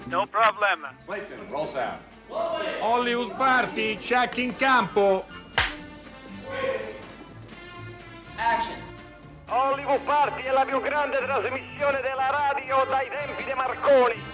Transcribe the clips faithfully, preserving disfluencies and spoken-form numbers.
No problem. Clayton, roll sound. Hollywood Party, check in campo. Action. Hollywood Party è la più grande trasmissione della radio dai tempi dei Marconi.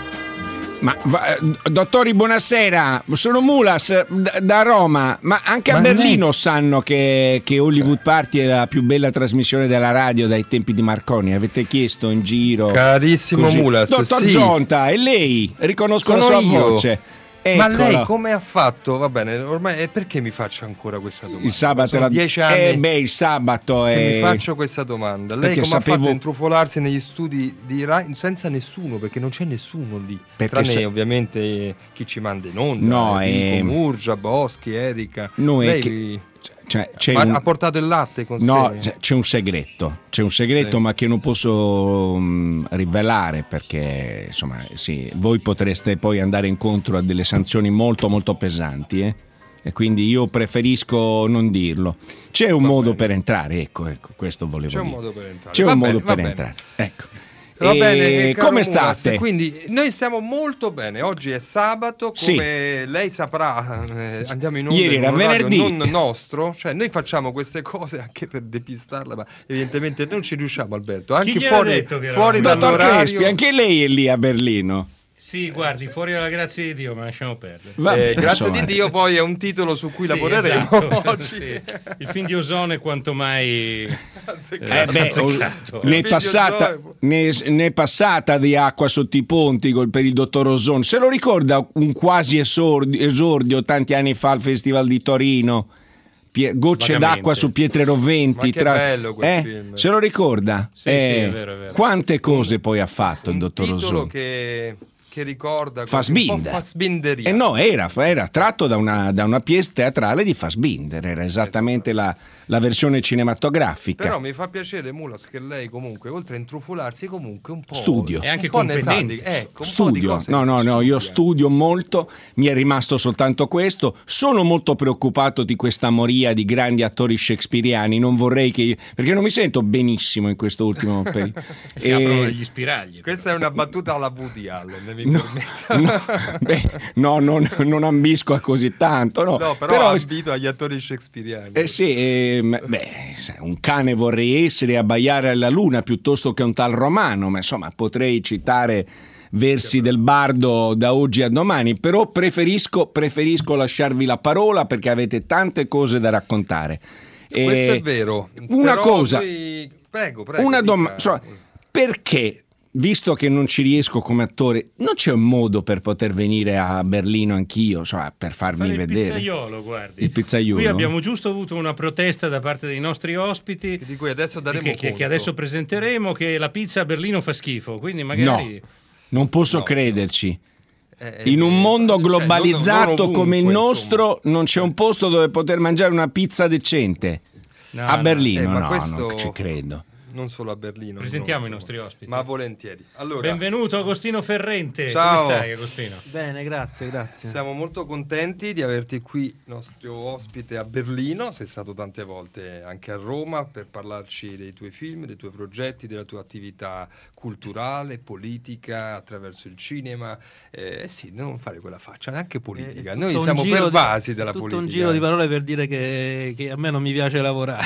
Ma va, dottori, buonasera, sono Mulas da, da Roma, ma anche a ma Berlino lei... sanno che, che Hollywood Party è la più bella trasmissione della radio dai tempi di Marconi. Avete chiesto in giro? Carissimo così. Mulas, Dottor sì. Zonta, è lei? Riconosco Sono la sua io. voce. Ma Eccola. lei come ha fatto? Va bene, ormai e perché mi faccia ancora questa domanda? Il sabato Sono la... dieci anni Eh beh, il sabato è... che mi faccio questa domanda. Lei Perché come sapevo... ha fatto a intrufolarsi negli studi di Rai senza nessuno? Perché non c'è nessuno lì. Perché Tranne sa... ovviamente chi ci manda in onda. No, eh, è... Murgia, Boschi, Erika. Noi lei che... Cioè, c'è ha, un... ha portato il latte con no, sé? No, c'è un segreto, c'è un segreto sì. ma che non posso um, rivelare perché insomma sì, voi potreste poi andare incontro a delle sanzioni molto molto pesanti eh? E quindi io preferisco non dirlo. C'è un Va modo bene. per entrare, ecco, ecco, questo volevo C'è dire. un modo per entrare. C'è Va un bene, modo va per bene. entrare, ecco. Va E bene, caro come Mulas, state? quindi noi stiamo molto bene. Oggi è sabato, come Sì. lei saprà, eh, andiamo in onda Ieri in era un orario venerdì. non nostro, cioè noi facciamo queste cose anche per depistarla, ma evidentemente non ci riusciamo, Alberto. Anche gliel'ha fuori, detto che era fuori una- Dottor dall'orario. Crespi, anche lei è lì a Berlino. Sì, guardi, fuori dalla grazia di Dio, ma lasciamo perdere. Vabbè, Eh, grazie insomma. di Dio, poi è un titolo su cui Sì, lavoreremo esatto, oggi. sì. Il film di Ozone è quanto mai Eh beh, azzeccato. ne è, Figlio passata, Zoe. ne, è- ne è passata di acqua sotto i ponti col- per il dottor Ozone. Se lo ricorda un quasi esordio, esordio tanti anni fa al Festival di Torino? Pie- gocce Vagamente. d'acqua su pietre roventi. Ma che bello quel eh? film. Se lo ricorda? Sì, sì, è vero, è vero. Quante cose poi ha fatto il Un dottor titolo Ozone? che, che ricorda Fassbinder. un po' Fassbinderia. Eh no, era, era tratto da una, da una pièce teatrale di Fassbinder, era esattamente la, la versione cinematografica. Però mi fa piacere, Mulas, che lei comunque, oltre a intrufolarsi, comunque un po' Studio. È anche un po' ne sa di- competente. ecco, un po' di Studio, cose no, che no, si no, io studia. studio molto, mi è rimasto soltanto questo. Sono molto preoccupato di questa moria di grandi attori shakespeariani. Non vorrei che, perché non mi sento benissimo in questo ultimo periodo. Si aprono gli spiragli. Questa è una battuta alla Woody Allen, mi No, permetta. no, beh, no, non, non ambisco a così tanto, no. No, però, ambito agli attori shakespeariani. Eh sì, ehm, beh, sai, un cane vorrei essere, abbaiare alla luna piuttosto che un tal romano, ma insomma potrei citare versi del bardo da oggi a domani, però preferisco, preferisco lasciarvi la parola perché avete tante cose da raccontare. Questo Eh, è vero. Una Però cosa, noi- Prego, prego. una dica. domanda, cioè, perché, visto che non ci riesco come attore, non c'è un modo per poter venire a Berlino anch'io, cioè, per farmi Fare il vedere? pizzaiolo, guardi. Il pizzaiolo? Qui abbiamo giusto avuto una protesta da parte dei nostri ospiti Di cui adesso daremo che, che- conto. che adesso presenteremo, che la pizza a Berlino fa schifo, quindi magari... No, non posso No. crederci. Eh, In un eh, mondo cioè, non- globalizzato non ovunque, come il insomma. nostro non c'è un posto dove poter mangiare una pizza decente. No, a no. Berlino, Eh, ma no, questo- non ci credo. Non solo a Berlino. Presentiamo non i nostri solo. ospiti. Ma volentieri. Allora, Benvenuto Agostino Ferrente. Ciao. Come stai, Agostino? Bene, grazie, grazie. siamo molto contenti di averti qui, nostro ospite a Berlino. Sei stato tante volte anche a Roma per parlarci dei tuoi film, dei tuoi progetti, della tua attività culturale, politica, attraverso il cinema. Eh sì, non fare quella faccia, anche politica. È Noi tutto un siamo giro pervasi di- della tutto politica. un giro di parole per dire che, che a me non mi piace lavorare.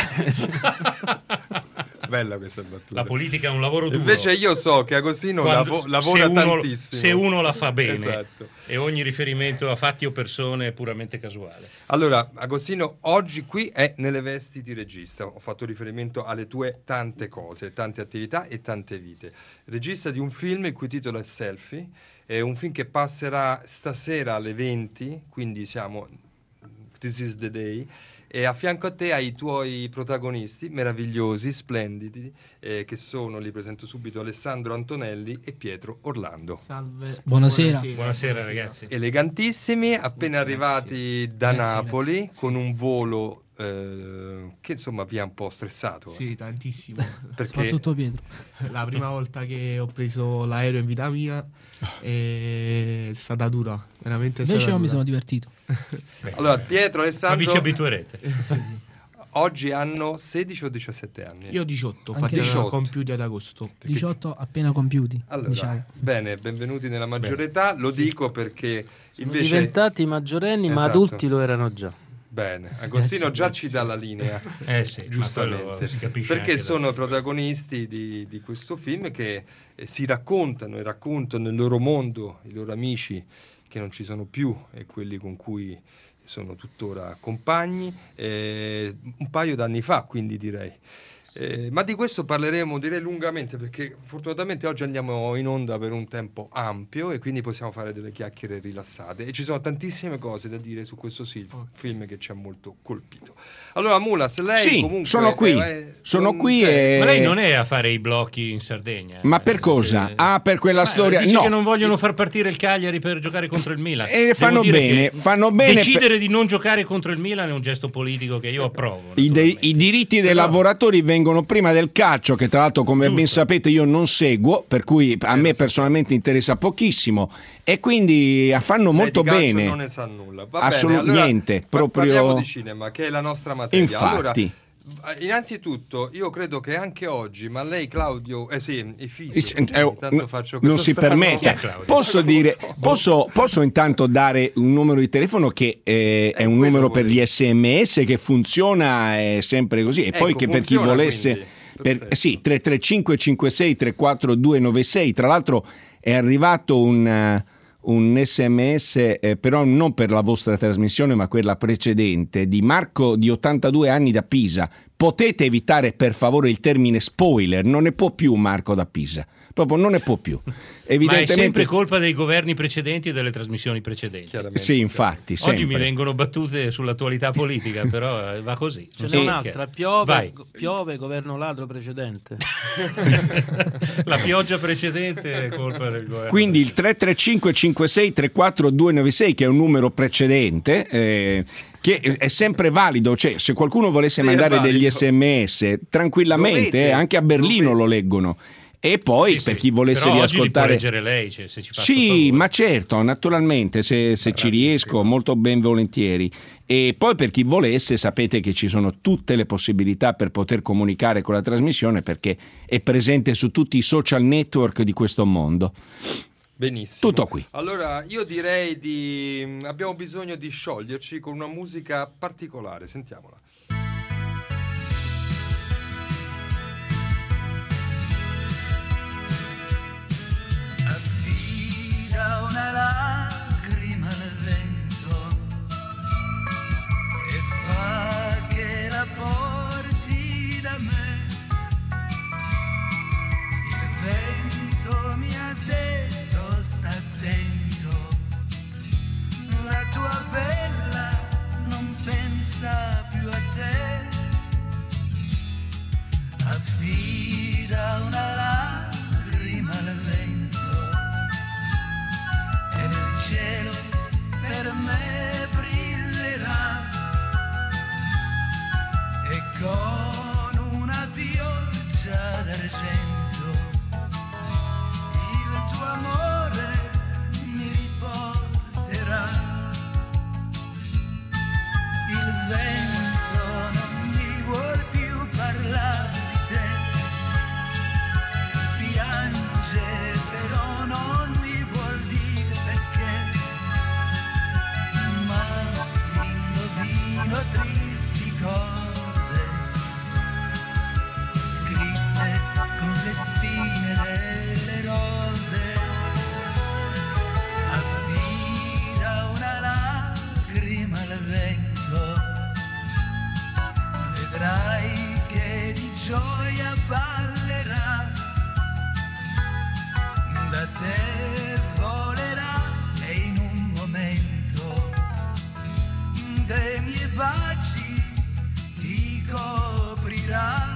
Bella questa battuta. La politica è un lavoro duro. Invece io so che Agostino Quando- lavo- lavora se uno, tantissimo. se uno la fa bene, Esatto. e ogni riferimento a fatti o persone è puramente casuale. Allora, Agostino, oggi qui è nelle vesti di regista. Ho fatto riferimento alle tue tante cose, tante attività e tante vite. Regista di un film il cui titolo è Selfie, è un film che passerà stasera alle venti, quindi siamo This is the day. E a fianco a te hai i tuoi protagonisti meravigliosi, splendidi, eh, che sono, li presento subito, Alessandro Antonelli e Pietro Orlando. Salve. Buonasera. Buonasera ragazzi. Elegantissimi, appena arrivati da Grazie, Napoli, grazie. con un volo eh, che insomma vi ha un po' stressato. Sì, tantissimo. Perché Soprattutto Pietro. La prima volta che ho preso l'aereo in vita mia è stata dura, veramente è Invece stata io mi dura. sono divertito. allora Pietro, Ma vi Alessandro, ci abituerete. oggi hanno sedici o diciassette anni? Io diciotto, Anche fatti diciotto. compiuti ad agosto. diciotto appena compiuti. Allora, diciamo. bene, benvenuti nella maggiore età, lo Sì. dico perché Sono invece... diventati maggiorenni, ma Esatto. adulti lo erano già. Bene, Agostino Grazie, già grazie. ci dà la linea, Eh sì, ma quello giustamente, si capisce perché anche da- sono i protagonisti di, di questo film che eh, si raccontano e raccontano il loro mondo, i loro amici che non ci sono più e quelli con cui sono tuttora compagni, eh, un paio d'anni fa, quindi direi. Eh, ma di questo parleremo direi lungamente, perché fortunatamente oggi andiamo in onda per un tempo ampio e quindi possiamo fare delle chiacchiere rilassate e ci sono tantissime cose da dire su questo sil- film che ci ha molto colpito. Allora Mulas, lei Sì, comunque sono qui, eh, sono non qui c'è- e... Ma lei non è a fare i blocchi in Sardegna. Ma per cosa? Eh, Ah, per quella ma storia? dice No. che non vogliono far partire il Cagliari per giocare contro il Milan. E Devo fanno dire bene, che fanno bene Decidere per- di non giocare contro il Milan è un gesto politico che io approvo. I, de- naturalmente. i diritti dei Però- lavoratori vengono prima del calcio, che tra l'altro, come ben Giusto. sapete, io non seguo, per cui a Eh, me lo so. personalmente interessa pochissimo, e quindi ah, fanno lei molto di calcio bene. non ne sa nulla. Va Assolut- bene, allora, niente, pa- proprio- parliamo di cinema, che è la nostra materia. Infatti. Allora, eh, innanzitutto, io credo che anche oggi, ma lei Claudio, eh sì, i figli, Eh, intanto faccio non questo si strano- permetta. Chi è Claudio? Posso Non lo dire, so. posso, posso intanto dare un numero di telefono che eh, è Eh, un quello numero per volevo. gli sms che funziona è sempre così, e poi Ecco, che per chi funziona, volesse quindi. per, Perfetto. sì, tre tre cinque cinque sei tre quattro due nove sei. Tra l'altro è arrivato un eh, un sms, eh, però non per la vostra trasmissione ma quella precedente, di Marco di ottantadue anni da Pisa. Potete evitare per favore il termine spoiler? Non ne può più Marco da Pisa, proprio non ne può più. Ma è sempre Evidentemente colpa dei governi precedenti e delle trasmissioni precedenti. Chiaramente. sì, infatti, Oggi sempre. mi vengono battute sull'attualità politica, però eh, va così. Ce Non n'è so un'altra, perché. piove, Vai. go- piove, governo ladro precedente. La pioggia precedente è colpa del governo. Quindi il tre tre cinque cinque sei tre quattro due nove sei, che è un numero precedente, eh, che è sempre valido, cioè se qualcuno volesse Sì, è mandare valido. degli sms tranquillamente, Dovete, eh, anche a Berlino dovete. lo leggono. E poi Sì, sì. per chi volesse Però oggi li può riascoltare... leggere lei, cioè, se ci fa sto Sì, favore. ma certo, naturalmente, se, se ci riesco, molto ben volentieri. E poi per chi volesse, sapete che ci sono tutte le possibilità per poter comunicare con la trasmissione, perché è presente su tutti i social network di questo mondo. Benissimo. Tutto qui. Allora, io direi di abbiamo bisogno di scioglierci con una musica particolare, sentiamola. Affida una lacrima al vento e fa che la porti da me. Il vento mi ha detto sta attento, la tua bella non pensa più a te. Affida una lacrima al vento e nel cielo per me brillerà, e con una pioggia d'argento il tuo amore mi riporterà. Il vento non mi vuol più parlare di te, piange però non mi vuol dire perché, ma indovino tristi cose scritte con le spine delle rose. Affida una lacrima al vento, vedrai che di gioia ballerà, da te volerà e in un momento dei miei baci ti coprirà.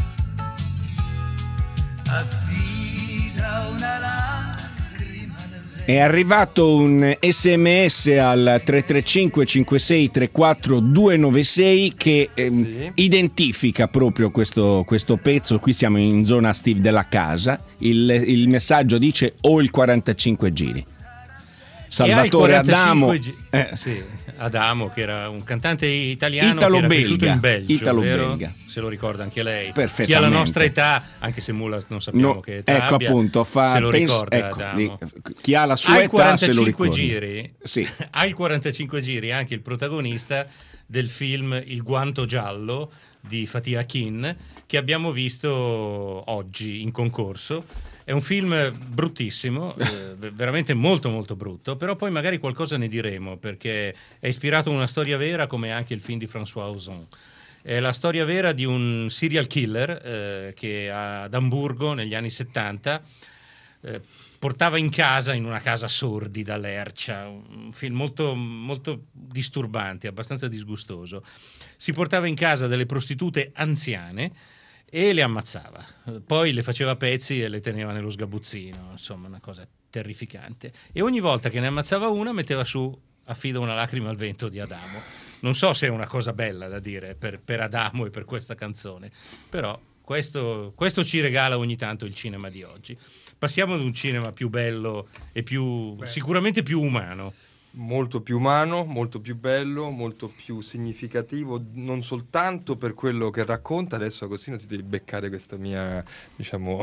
Affida una lacrima al vento. È arrivato un sms al tre tre cinque cinque sei tre quattro due nove sei che ehm, Sì. identifica proprio questo, questo pezzo. Qui siamo in zona Steve della casa. Il, il messaggio dice: ho il quarantacinque giri. Salvatore Adamo, gi- eh. sì, Adamo, che era un cantante italiano che era cresciuto in Belgio, Italo-belga. Se lo ricorda anche lei. Perfettamente. Chi ha la nostra età, anche se Mula non sappiamo no, che età ecco abbia, appunto, fa, se lo penso, ricorda ecco, Adamo. Di, chi ha la sua età se lo ricorda. Giri, sì. Ai quarantacinque giri anche il protagonista del film Il guanto giallo di Fatih Akin, che abbiamo visto oggi in concorso. È un film bruttissimo, eh, veramente molto molto brutto, però poi magari qualcosa ne diremo, perché è ispirato a una storia vera, come anche il film di François Ozon. È la storia vera di un serial killer eh, che ad Amburgo negli anni settanta eh, portava in casa, in una casa sordida, Lercia, un film molto, molto disturbante, abbastanza disgustoso. Si portava in casa delle prostitute anziane e le ammazzava, poi le faceva pezzi e le teneva nello sgabuzzino, insomma una cosa terrificante. E ogni volta che ne ammazzava una metteva su Affido una lacrima al vento di Adamo. Non so se è una cosa bella da dire per, per Adamo e per questa canzone, però questo, questo ci regala ogni tanto il cinema di oggi. Passiamo ad un cinema più bello e più Beh. sicuramente più umano. Molto più umano, molto più bello, molto più significativo, non soltanto per quello che racconta. Adesso Agostino ti devi beccare questa mia, diciamo,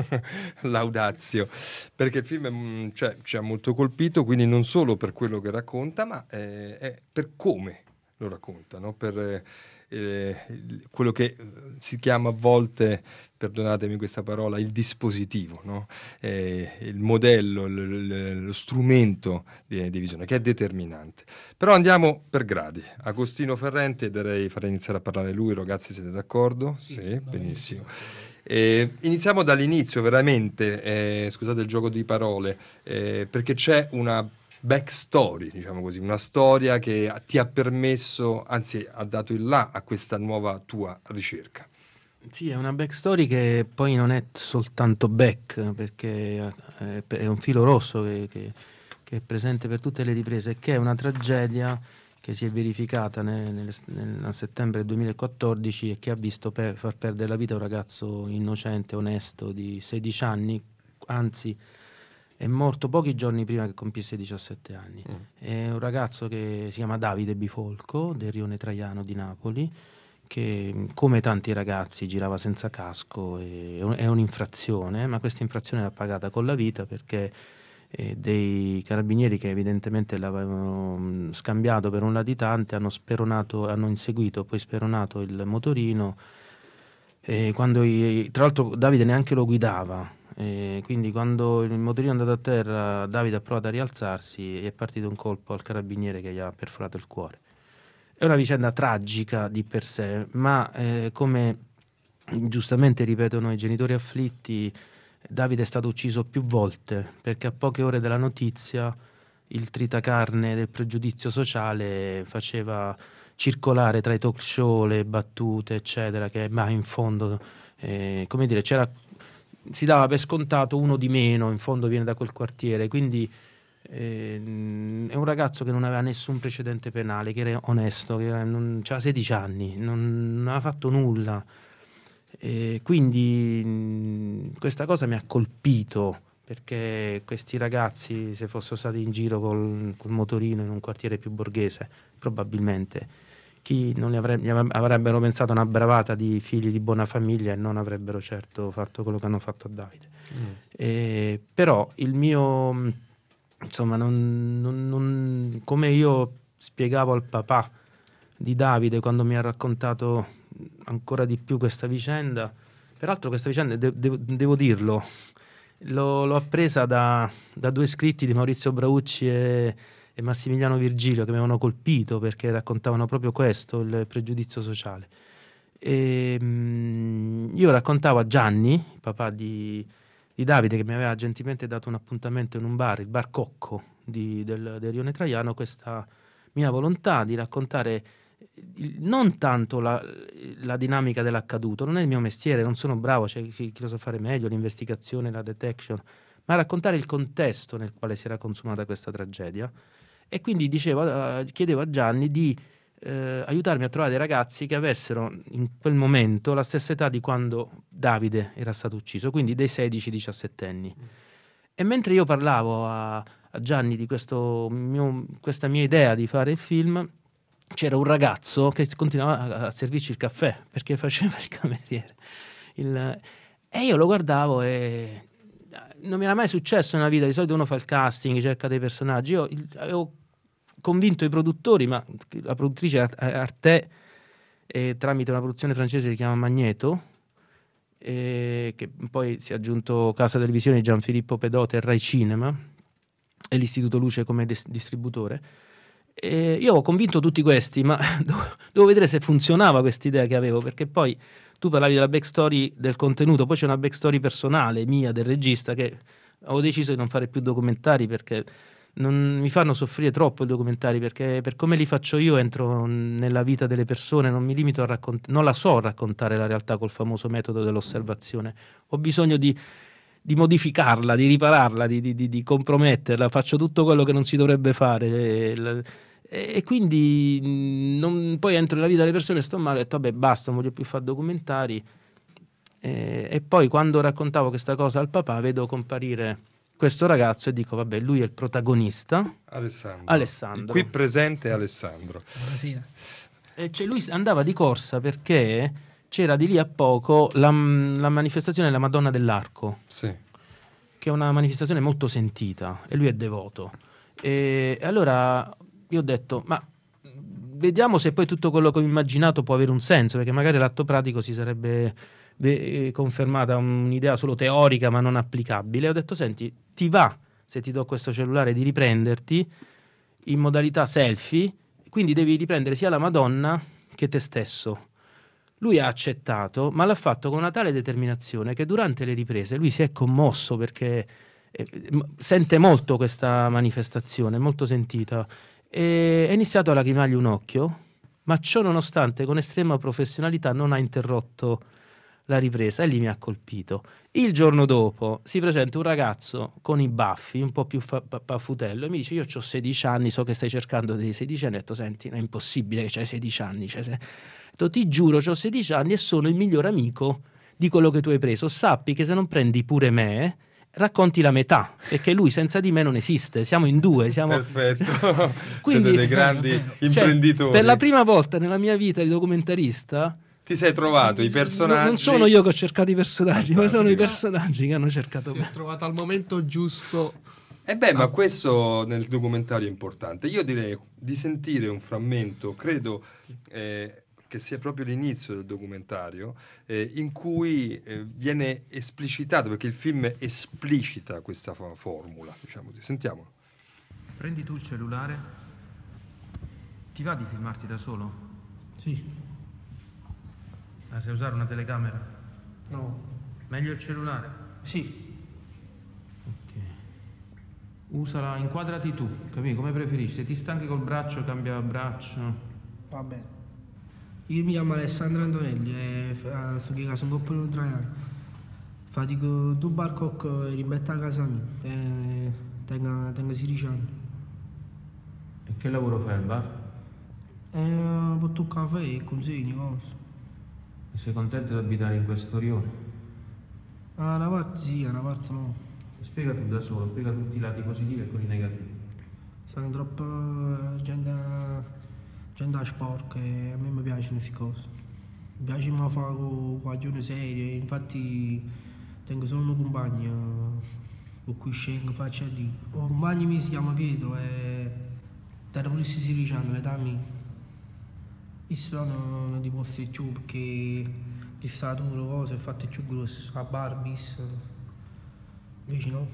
laudazio, perché il film cioè, ci ha molto colpito, quindi non solo per quello che racconta, ma eh, è per come lo racconta, no? Per eh, quello che si chiama a volte, perdonatemi questa parola, il dispositivo, no? eh, il modello, l- l- lo strumento di, di visione, che è determinante. Però andiamo per gradi. Agostino Ferrente, direi farei iniziare a parlare lui, ragazzi, siete d'accordo? Sì, sì no, benissimo. sì, sì, sì. Eh, iniziamo dall'inizio, veramente, eh, scusate il gioco di parole, eh, perché c'è una backstory, diciamo così, una storia che ti ha permesso, anzi ha dato il là a questa nuova tua ricerca. Sì, è una backstory che poi non è soltanto back, perché è un filo rosso che, che, che è presente per tutte le riprese, che è una tragedia che si è verificata nel, nel, nel settembre duemilaquattordici e che ha visto per, far perdere la vita a un ragazzo innocente, onesto, di sedici anni, anzi è morto pochi giorni prima che compiesse diciassette anni. Mm. È un ragazzo che si chiama Davide Bifolco, del Rione Traiano di Napoli, che come tanti ragazzi girava senza casco, e è un'infrazione, ma questa infrazione l'ha pagata con la vita, perché eh, dei carabinieri che evidentemente l'avevano scambiato per un latitante hanno speronato, hanno inseguito, poi speronato il motorino, e quando i, tra l'altro Davide neanche lo guidava, e quindi quando il motorino è andato a terra Davide ha provato a rialzarsi e è partito un colpo al carabiniere che gli ha perforato il cuore. È una vicenda tragica di per sé, ma eh, come giustamente ripetono i genitori afflitti, Davide è stato ucciso più volte, perché a poche ore dalla notizia il tritacarne del pregiudizio sociale faceva circolare tra i talk show le battute, eccetera, che ma in fondo, eh, come dire, c'era, si dava per scontato uno di meno, in fondo viene da quel quartiere, quindi Eh, è un ragazzo che non aveva nessun precedente penale, che era onesto, che aveva sedici anni, non, non aveva fatto nulla, eh, quindi mh, questa cosa mi ha colpito, perché questi ragazzi, se fossero stati in giro col, col motorino in un quartiere più borghese, probabilmente chi non li avrebbe, avrebbero pensato a una bravata di figli di buona famiglia e non avrebbero certo fatto quello che hanno fatto a Davide. Mm. Eh, però il mio Insomma, non, non, non, come io spiegavo al papà di Davide quando mi ha raccontato ancora di più questa vicenda, peraltro questa vicenda, de, de, devo dirlo, l'ho, l'ho appresa da, da due scritti di Maurizio Braucci e, e Massimiliano Virgilio, che mi avevano colpito perché raccontavano proprio questo, il pregiudizio sociale. E, mh, io raccontavo a Gianni, papà di... di Davide, che mi aveva gentilmente dato un appuntamento in un bar, il Bar Cocco di, del, del Rione Traiano, questa mia volontà di raccontare il, non tanto la, la dinamica dell'accaduto, non è il mio mestiere, non sono bravo, c'è chi, chi lo sa fare meglio, l'investigazione, la detection, ma raccontare il contesto nel quale si era consumata questa tragedia. E quindi dicevo, uh, chiedevo a Gianni di eh, aiutarmi a trovare dei ragazzi che avessero in quel momento la stessa età di quando Davide era stato ucciso, quindi dei sedici diciassette anni. Mm. E mentre io parlavo a, a Gianni di questo mio, questa mia idea di fare il film, c'era un ragazzo che continuava a, a servirci il caffè perché faceva il cameriere. Il, e io lo guardavo e non mi era mai successo nella vita. Di solito uno fa il casting, cerca dei personaggi. Io il, avevo convinto i produttori, ma la produttrice Arte, eh, tramite una produzione francese che si chiama Magneto, eh, che poi si è aggiunto Casa Televisione di Gianfilippo Pedote e Rai Cinema e l'Istituto Luce come dis- distributore. E io ho convinto tutti questi, ma devo vedere se funzionava questa idea che avevo, perché poi tu parlavi della backstory del contenuto, poi c'è una backstory personale mia del regista, che ho deciso di non fare più documentari perché non mi fanno soffrire troppo i documentari, perché per come li faccio io entro nella vita delle persone, non mi limito a raccontare, non la so raccontare la realtà col famoso metodo dell'osservazione, ho bisogno di, di modificarla, di ripararla, di, di, di comprometterla, faccio tutto quello che non si dovrebbe fare e, e quindi non, poi entro nella vita delle persone, sto male, ho detto vabbè basta, non voglio più fare documentari e, e poi quando raccontavo questa cosa al papà vedo comparire questo ragazzo e dico vabbè, lui è il protagonista, Alessandro, Alessandro. qui presente è Alessandro. Buonasera. E cioè lui andava di corsa perché c'era di lì a poco la, la manifestazione della Madonna dell'Arco, sì, che è una manifestazione molto sentita e lui è devoto. E allora io ho detto ma vediamo se poi tutto quello che ho immaginato può avere un senso, perché magari l'atto pratico si sarebbe Beh, confermata un'idea solo teorica ma non applicabile. Ho detto senti, ti va se ti do questo cellulare di riprenderti in modalità selfie, quindi devi riprendere sia la Madonna che te stesso. Lui ha accettato, ma l'ha fatto con una tale determinazione che durante le riprese lui si è commosso perché eh, sente molto questa manifestazione, molto sentita, e è iniziato a lacrimargli un occhio, ma ciò nonostante con estrema professionalità non ha interrotto la ripresa e lì mi ha colpito. Il giorno dopo si presenta un ragazzo con i baffi, un po' più fa- paffutello, e mi dice io ho sedici anni, so che stai cercando dei sedici anni. Ho detto senti, è impossibile che c'hai sedici anni, cioè, se... ho detto, ti giuro ho sedici anni e sono il miglior amico di quello che tu hai preso, sappi che se non prendi pure me racconti la metà, perché lui senza di me non esiste, siamo in due, siamo... Perfetto. Quindi, siete dei grandi cioè, imprenditori. Per la prima volta nella mia vita di documentarista ti sei trovato i personaggi. non sono io che ho cercato i personaggi, Fantastico. ma sono i personaggi che hanno cercato Si me. è trovato al momento giusto. E beh, ma questo nel documentario è importante. Io direi di sentire un frammento, credo eh, che sia proprio l'inizio del documentario, eh, in cui eh, viene esplicitato, perché il film esplicita questa fa- formula, diciamo così. Sentiamo. Prendi tu il cellulare. Ti va di filmarti da solo? Sì. Ah, sai usare una telecamera? No. Meglio il cellulare? Sì. Ok. Usala, inquadrati tu, capì? Come preferisci. Se ti stanchi col braccio, cambia braccio. Va bene. Io mi chiamo Alessandro Antonelli e fa- sto che sono un coppino italiano. Fatico due barcocco e rimetto a casa mia. E tengo, tengo sedici anni. E che lavoro fai al bar? E porto un caffè e consegni cose. E sei contento di abitare in questo rione? Ah, una parte sì, una parte no. Spiega tu da solo, spiega tutti i lati positivi e quelli negativi. Sono troppo gente, gente sporca e a me mi piacciono queste cose. Mi piace ma fare con guaglione serie, infatti tengo solo una compagna con cui scendo, faccio a dire. Il compagno mio si chiama Pietro e era pure sedici anni, l'età mia. Io però non, non ti posso dire più perché di statura, cose, è fatte più grosse, a Barbies, invece no.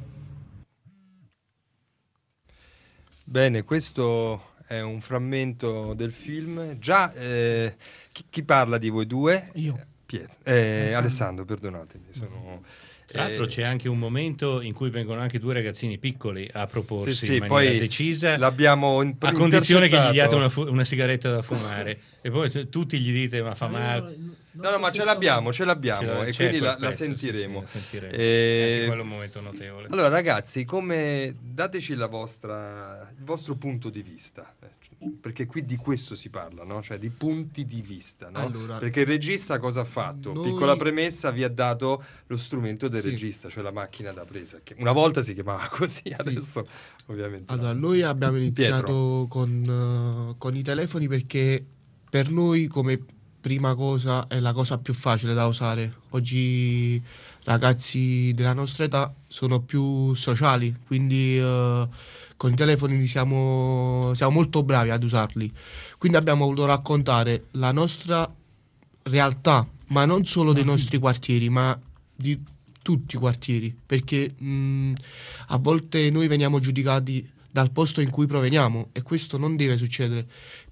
Bene, questo è un frammento del film. Già, eh, chi, chi parla di voi due? Io. Pietro. Eh, Alessandro. Alessandro, perdonatemi. Sono, Tra l'altro eh, c'è anche un momento in cui vengono anche due ragazzini piccoli a proporsi sì, sì, in maniera poi decisa, l'abbiamo in- a condizione che gli diate intercettato. una, fu- una sigaretta da fumare e poi t- tutti gli dite ma fa male. No, no, ma ce l'abbiamo, ce l'abbiamo Ce l'ha- e c'è quindi quel la, la pezzo, sì, sentiremo. sì, la sentiremo. Eh, Anche quello è un momento notevole. Allora, ragazzi, come dateci la vostra, il vostro punto di vista, eh, perché qui di questo si parla, no? Cioè di punti di vista, no? Allora, perché il regista cosa ha fatto? noi- Piccola premessa, vi ha dato lo strumento del del Sì. regista, cioè la macchina da presa, che una volta si chiamava così, Sì. adesso ovviamente Allora, no. noi abbiamo iniziato Pietro. con, eh, con i telefoni perché per noi come prima cosa è la cosa più facile da usare. Oggi ragazzi della nostra età sono più sociali, quindi eh, con i telefoni siamo, siamo molto bravi ad usarli. Quindi abbiamo voluto raccontare la nostra realtà, ma non solo dei nostri quartieri, ma di tutti i quartieri, perché mh, a volte noi veniamo giudicati dal posto in cui proveniamo e questo non deve succedere,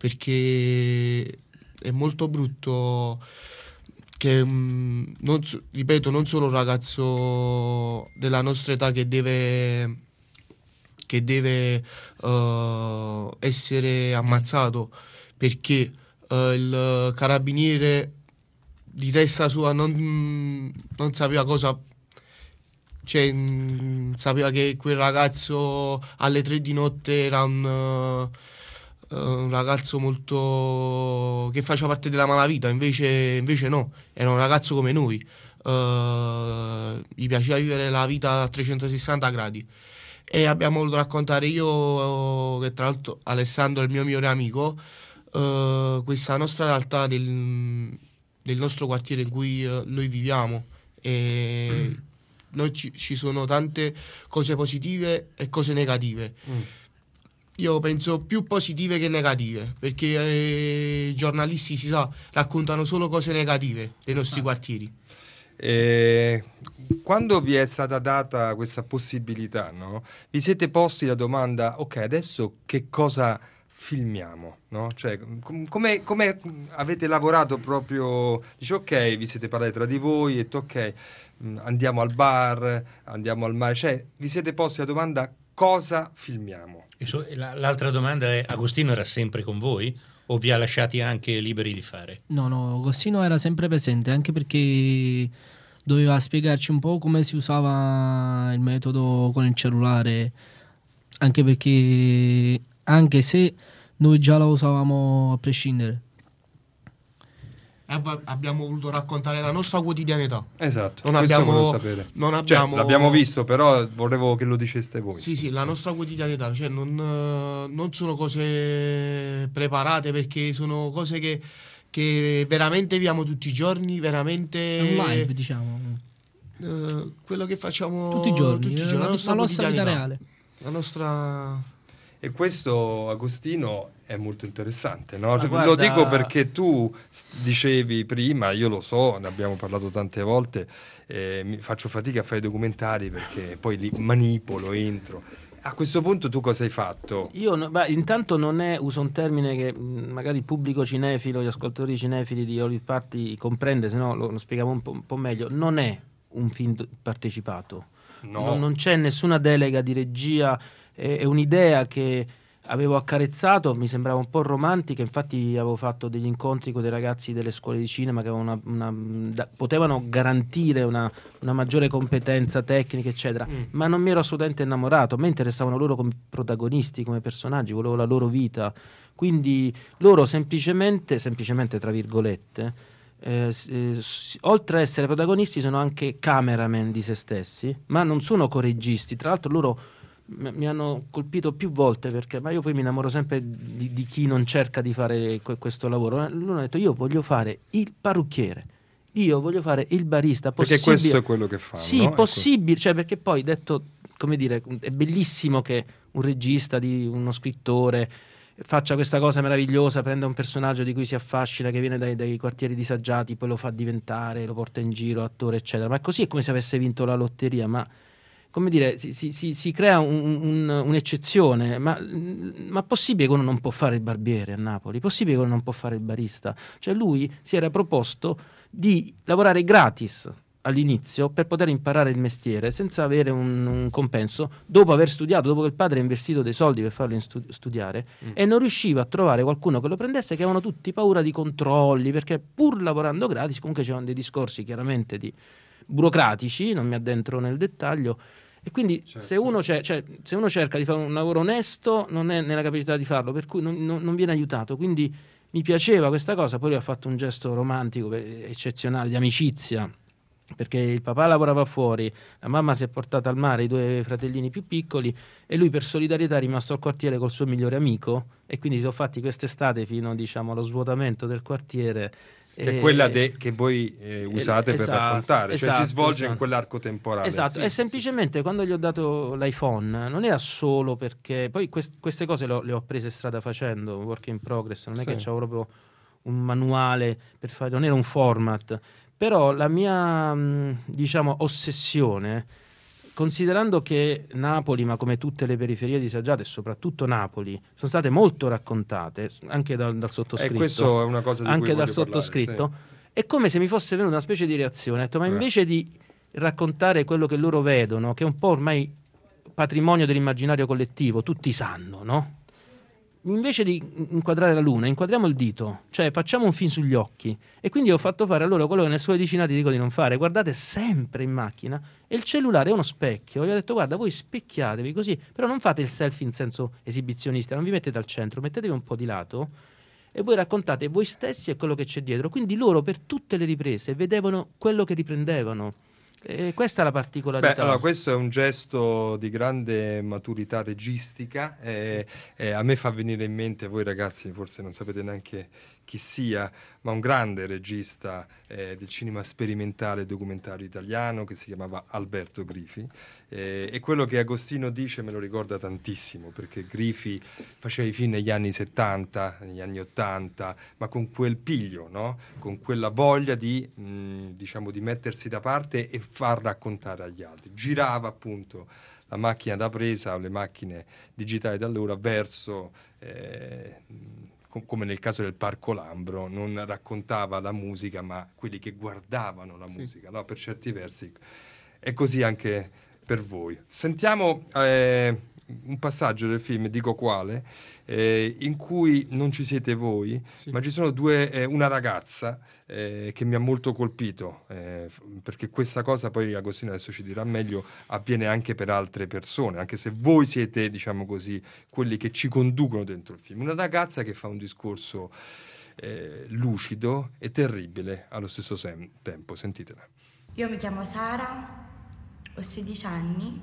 perché è molto brutto che, mh, non so- ripeto, non solo un ragazzo della nostra età che deve, che deve eh, essere ammazzato perché eh, il carabiniere di testa sua non, non sapeva cosa, cioè mh, sapeva che quel ragazzo alle tre di notte era un, eh, un ragazzo molto che faceva parte della malavita, invece, invece no, era un ragazzo come noi. Eh, gli piaceva vivere la vita a trecentosessanta gradi e abbiamo voluto raccontare io, che tra l'altro Alessandro è il mio migliore amico, eh, questa nostra realtà del, del nostro quartiere in cui eh, noi viviamo. E noi ci, ci sono tante cose positive e cose negative. Mm. Io penso più positive che negative, perché eh, i giornalisti, si sa, raccontano solo cose negative dei nostri quartieri. E quando vi è stata data questa possibilità, no? Vi siete posti la domanda, ok, adesso che cosa filmiamo, no? Cioè, com- come, come avete lavorato proprio, dice ok, vi siete parlati tra di voi, e detto ok, mh, andiamo al bar, andiamo al mare, cioè vi siete posti la domanda cosa filmiamo? E so- e la- l'altra domanda è: Agostino era sempre con voi o vi ha lasciati anche liberi di fare? No, no, Agostino era sempre presente, anche perché doveva spiegarci un po' come si usava il metodo con il cellulare, anche perché, anche se noi già lo usavamo a prescindere. E abba- abbiamo voluto raccontare la nostra quotidianità. Esatto, Non questo abbiamo, volevo sapere. non Cioè, abbiamo l'abbiamo visto, però volevo che lo diceste voi. Sì, sì, la nostra quotidianità, cioè non, eh, non sono cose preparate, perché sono cose che, che veramente viviamo tutti i giorni, veramente È un live, diciamo, eh, quello che facciamo tutti i giorni, tutti i eh, giorni, la la nostra nostra vita quotidianità, reale. la nostra. E questo, Agostino, è molto interessante, no? Ma Cioè, guarda- Lo dico perché tu s- dicevi prima, io lo so, ne abbiamo parlato tante volte, eh, mi faccio fatica a fare i documentari perché poi li manipolo, entro. A questo punto tu cosa hai fatto? Io no- beh, intanto non è, uso un termine che mh, magari il pubblico cinefilo, gli ascoltatori cinefili di Hollywood Party comprende, se no lo, lo spieghiamo un po', un po' meglio. Non è un film d- partecipato, No. non, non c'è nessuna delega di regia, è, è un'idea che avevo accarezzato, mi sembrava un po' romantica, infatti avevo fatto degli incontri con dei ragazzi delle scuole di cinema che avevano una, una- da- potevano garantire una, una maggiore competenza tecnica, eccetera, Mm. ma non mi ero assolutamente innamorato, a me interessavano loro come protagonisti, come personaggi, volevo la loro vita, quindi loro semplicemente, semplicemente tra virgolette, eh, s- eh, s- oltre a essere protagonisti sono anche cameraman di se stessi, ma non sono coregisti, tra l'altro loro m- mi hanno colpito più volte, perché ma io poi mi innamoro sempre di, di chi non cerca di fare que- questo lavoro. Loro hanno detto: io voglio fare il parrucchiere, io voglio fare il barista, Perché possibile- questo è quello che fanno. sì, ecco. possibile, cioè, perché poi detto, come dire, è bellissimo che un regista, di uno scrittore faccia questa cosa meravigliosa, prenda un personaggio di cui si affascina, che viene dai, dai quartieri disagiati, poi lo fa diventare, lo porta in giro, attore, eccetera. Ma così è come se avesse vinto la lotteria, ma come dire, si, si- si- si crea un- un- un'eccezione, ma, ma possibile che uno non può fare il barbiere a Napoli? Possibile che uno non può fare il barista? Cioè lui si era proposto di lavorare gratis all'inizio per poter imparare il mestiere senza avere un, un compenso, dopo aver studiato, dopo che il padre ha investito dei soldi per farlo in stu- studiare, Mm. e non riusciva a trovare qualcuno che lo prendesse, che avevano tutti paura di controlli, perché pur lavorando gratis comunque c'erano dei discorsi chiaramente di burocratici, non mi addentro nel dettaglio, e quindi Certo. se, uno c'è- cioè, se uno cerca di fare un lavoro onesto non è nella capacità di farlo, per cui non, non- non viene aiutato, quindi mi piaceva questa cosa. Poi lui ha fatto un gesto romantico, eh, eccezionale, di amicizia perché il papà lavorava fuori, la mamma si è portata al mare i due fratellini più piccoli e lui per solidarietà è rimasto al quartiere col suo migliore amico e quindi si sono fatti quest'estate fino, diciamo, allo svuotamento del quartiere. Che è quella de- che voi eh, usate esatto, per raccontare, cioè esatto, si svolge esatto. in quell'arco temporale. Esatto, Sì, e sì, semplicemente sì. quando gli ho dato l'iPhone non era solo perché poi quest- queste cose le ho, le ho prese strada facendo, work in progress, non è Sì. che c'avevo proprio un manuale per fare, non era un format, però la mia mh, diciamo ossessione, considerando che Napoli, ma come tutte le periferie disagiate, e soprattutto Napoli, sono state molto raccontate anche dal, dal sottoscritto, E questo è una cosa di anche cui dal voglio parlare, sottoscritto, sì. è come se mi fosse venuta una specie di reazione. Ho detto, ma Eh. invece di raccontare quello che loro vedono, che è un po' ormai patrimonio dell'immaginario collettivo, tutti sanno, no? Invece di inquadrare la luna, inquadriamo il dito, cioè facciamo un film sugli occhi. E quindi ho fatto fare a loro quello che nel suo vicinati dico di non fare: guardate sempre in macchina e il cellulare è uno specchio. Gli ho detto, guarda, voi specchiatevi così, però non fate il selfie in senso esibizionista, non vi mettete al centro, mettetevi un po' di lato e voi raccontate voi stessi e quello che c'è dietro. Quindi loro per tutte le riprese vedevano quello che riprendevano. E questa è la particolarità. Beh, allora, questo è un gesto di grande maturità registica. Eh, eh, a me fa venire in mente, voi ragazzi forse non sapete neanche chi sia, ma un grande regista eh, del cinema sperimentale documentario italiano che si chiamava Alberto Grifi. Eh, e quello che Agostino dice me lo ricorda tantissimo, perché Grifi faceva i film negli anni settanta, negli anni ottanta, ma con quel piglio, no? Con quella voglia di, mh, diciamo, di mettersi da parte e far raccontare agli altri. Girava appunto la macchina da presa o le macchine digitali d'allora verso, eh, com- come nel caso del Parco Lambro, non raccontava la musica ma quelli che guardavano la Sì. musica, no? Per certi versi è così anche per voi. Sentiamo eh, un passaggio del film, dico quale, eh, in cui non ci siete voi, Sì. ma ci sono due, eh, una ragazza eh, che mi ha molto colpito, eh, f- perché questa cosa, poi Agostino adesso ci dirà meglio, avviene anche per altre persone, anche se voi siete, diciamo così, quelli che ci conducono dentro il film. Una ragazza che fa un discorso eh, lucido e terribile allo stesso sem- tempo. Sentitela. Io mi chiamo Sara, ho sedici anni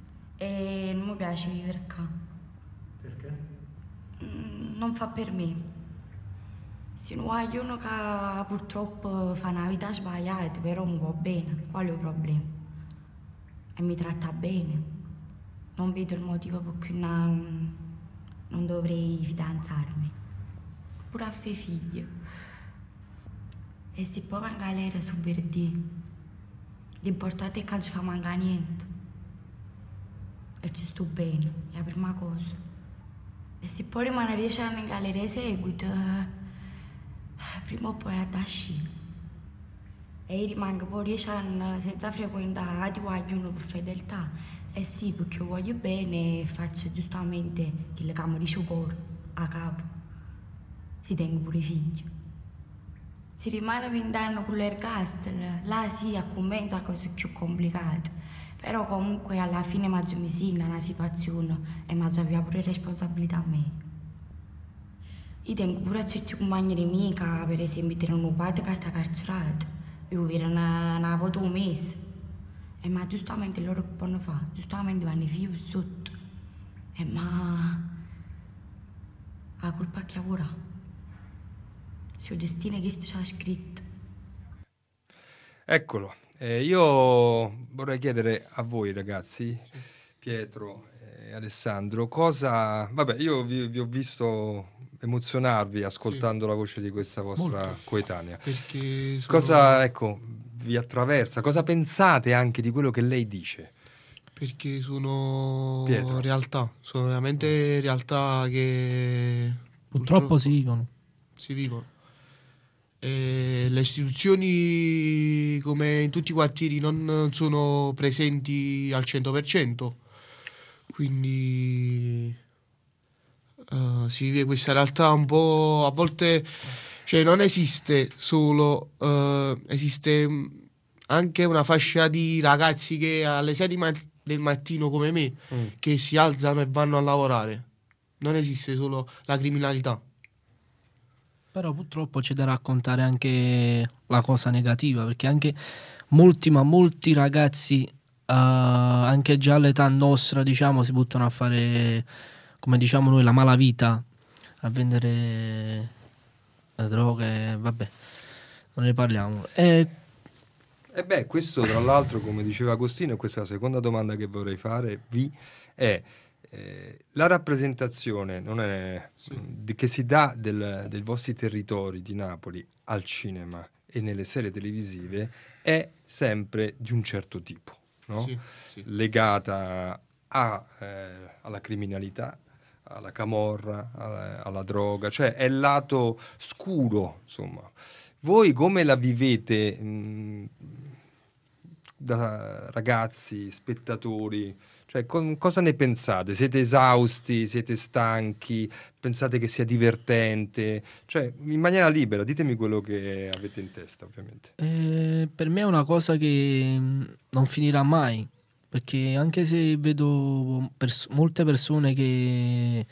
e non mi piace vivere qua. Perché? Mm, Non fa per me. Sono uno che purtroppo fa una vita sbagliata, però mi va bene, qual è il problema? E mi tratta bene. Non vedo il motivo per cui non, non dovrei fidanzarmi. Pure a fare figli. E si può mancare l'era su verdì. L'importante è che non ci fa mancare niente. E ci sto bene, è la prima cosa. E se poi rimanere dieci anni in galleria di seguito, prima o poi addasci. E io rimango poi dieci anni senza frequentare di qualcuno per fedeltà. E sì, perché io voglio bene e faccio giustamente quello che mi dice il cuore, a capo. Si tengo pure figli. Si rimane vent'anni con l'ergastolo, là sì, a comincia cose più complicate. Però comunque alla fine mi signa una situazione e mi aveva pure responsabilità a me. Io tengo pure a certi compagni di miei che per esempio tengono un padre che sta carcerato. Io vedo una, una volta un mese. E ma giustamente loro che possono fare? Giustamente vanno i figli sotto. E ma... la colpa a chi lavora? Se il destino che ci ha scritto. Eccolo, eh, io vorrei chiedere a voi ragazzi, Pietro e Alessandro, cosa... Vabbè, io vi, vi ho visto emozionarvi ascoltando Sì. la voce di questa vostra Molto. coetanea. Perché sono... Cosa, ecco, vi attraversa? Cosa pensate anche di quello che lei dice? Perché sono Pietro. realtà, sono veramente realtà che Purtroppo si vivono. si vivono. E le istituzioni, come in tutti i quartieri, non sono presenti al cento per cento, quindi eh, si vive questa realtà un po' a volte, cioè non esiste solo, eh, esiste mm, anche una fascia di ragazzi che alle sei di ma- del mattino come me, Mm. che si alzano e vanno a lavorare. Non esiste solo la criminalità. Però purtroppo c'è da raccontare anche la cosa negativa, perché anche molti, ma molti ragazzi, uh, anche già all'età nostra, diciamo, si buttano a fare, come diciamo noi, la malavita, a vendere le droghe, vabbè, non ne parliamo. E E beh, questo tra l'altro, come diceva Agostino, e questa è la seconda domanda che vorrei farvi, è eh, la rappresentazione non è, sì. di, che si dà del, dei vostri territori di Napoli al cinema e nelle serie televisive è sempre di un certo tipo, no? Sì, sì. Legata a, eh, alla criminalità, alla camorra, alla, alla droga, cioè è il lato scuro, insomma. Voi come la vivete mh, da ragazzi, spettatori? Cioè, con, cosa ne pensate? Siete esausti? Siete stanchi? Pensate che sia divertente? Cioè, in maniera libera, ditemi quello che avete in testa, ovviamente. Eh, per me è una cosa che non finirà mai, perché anche se vedo pers- molte persone che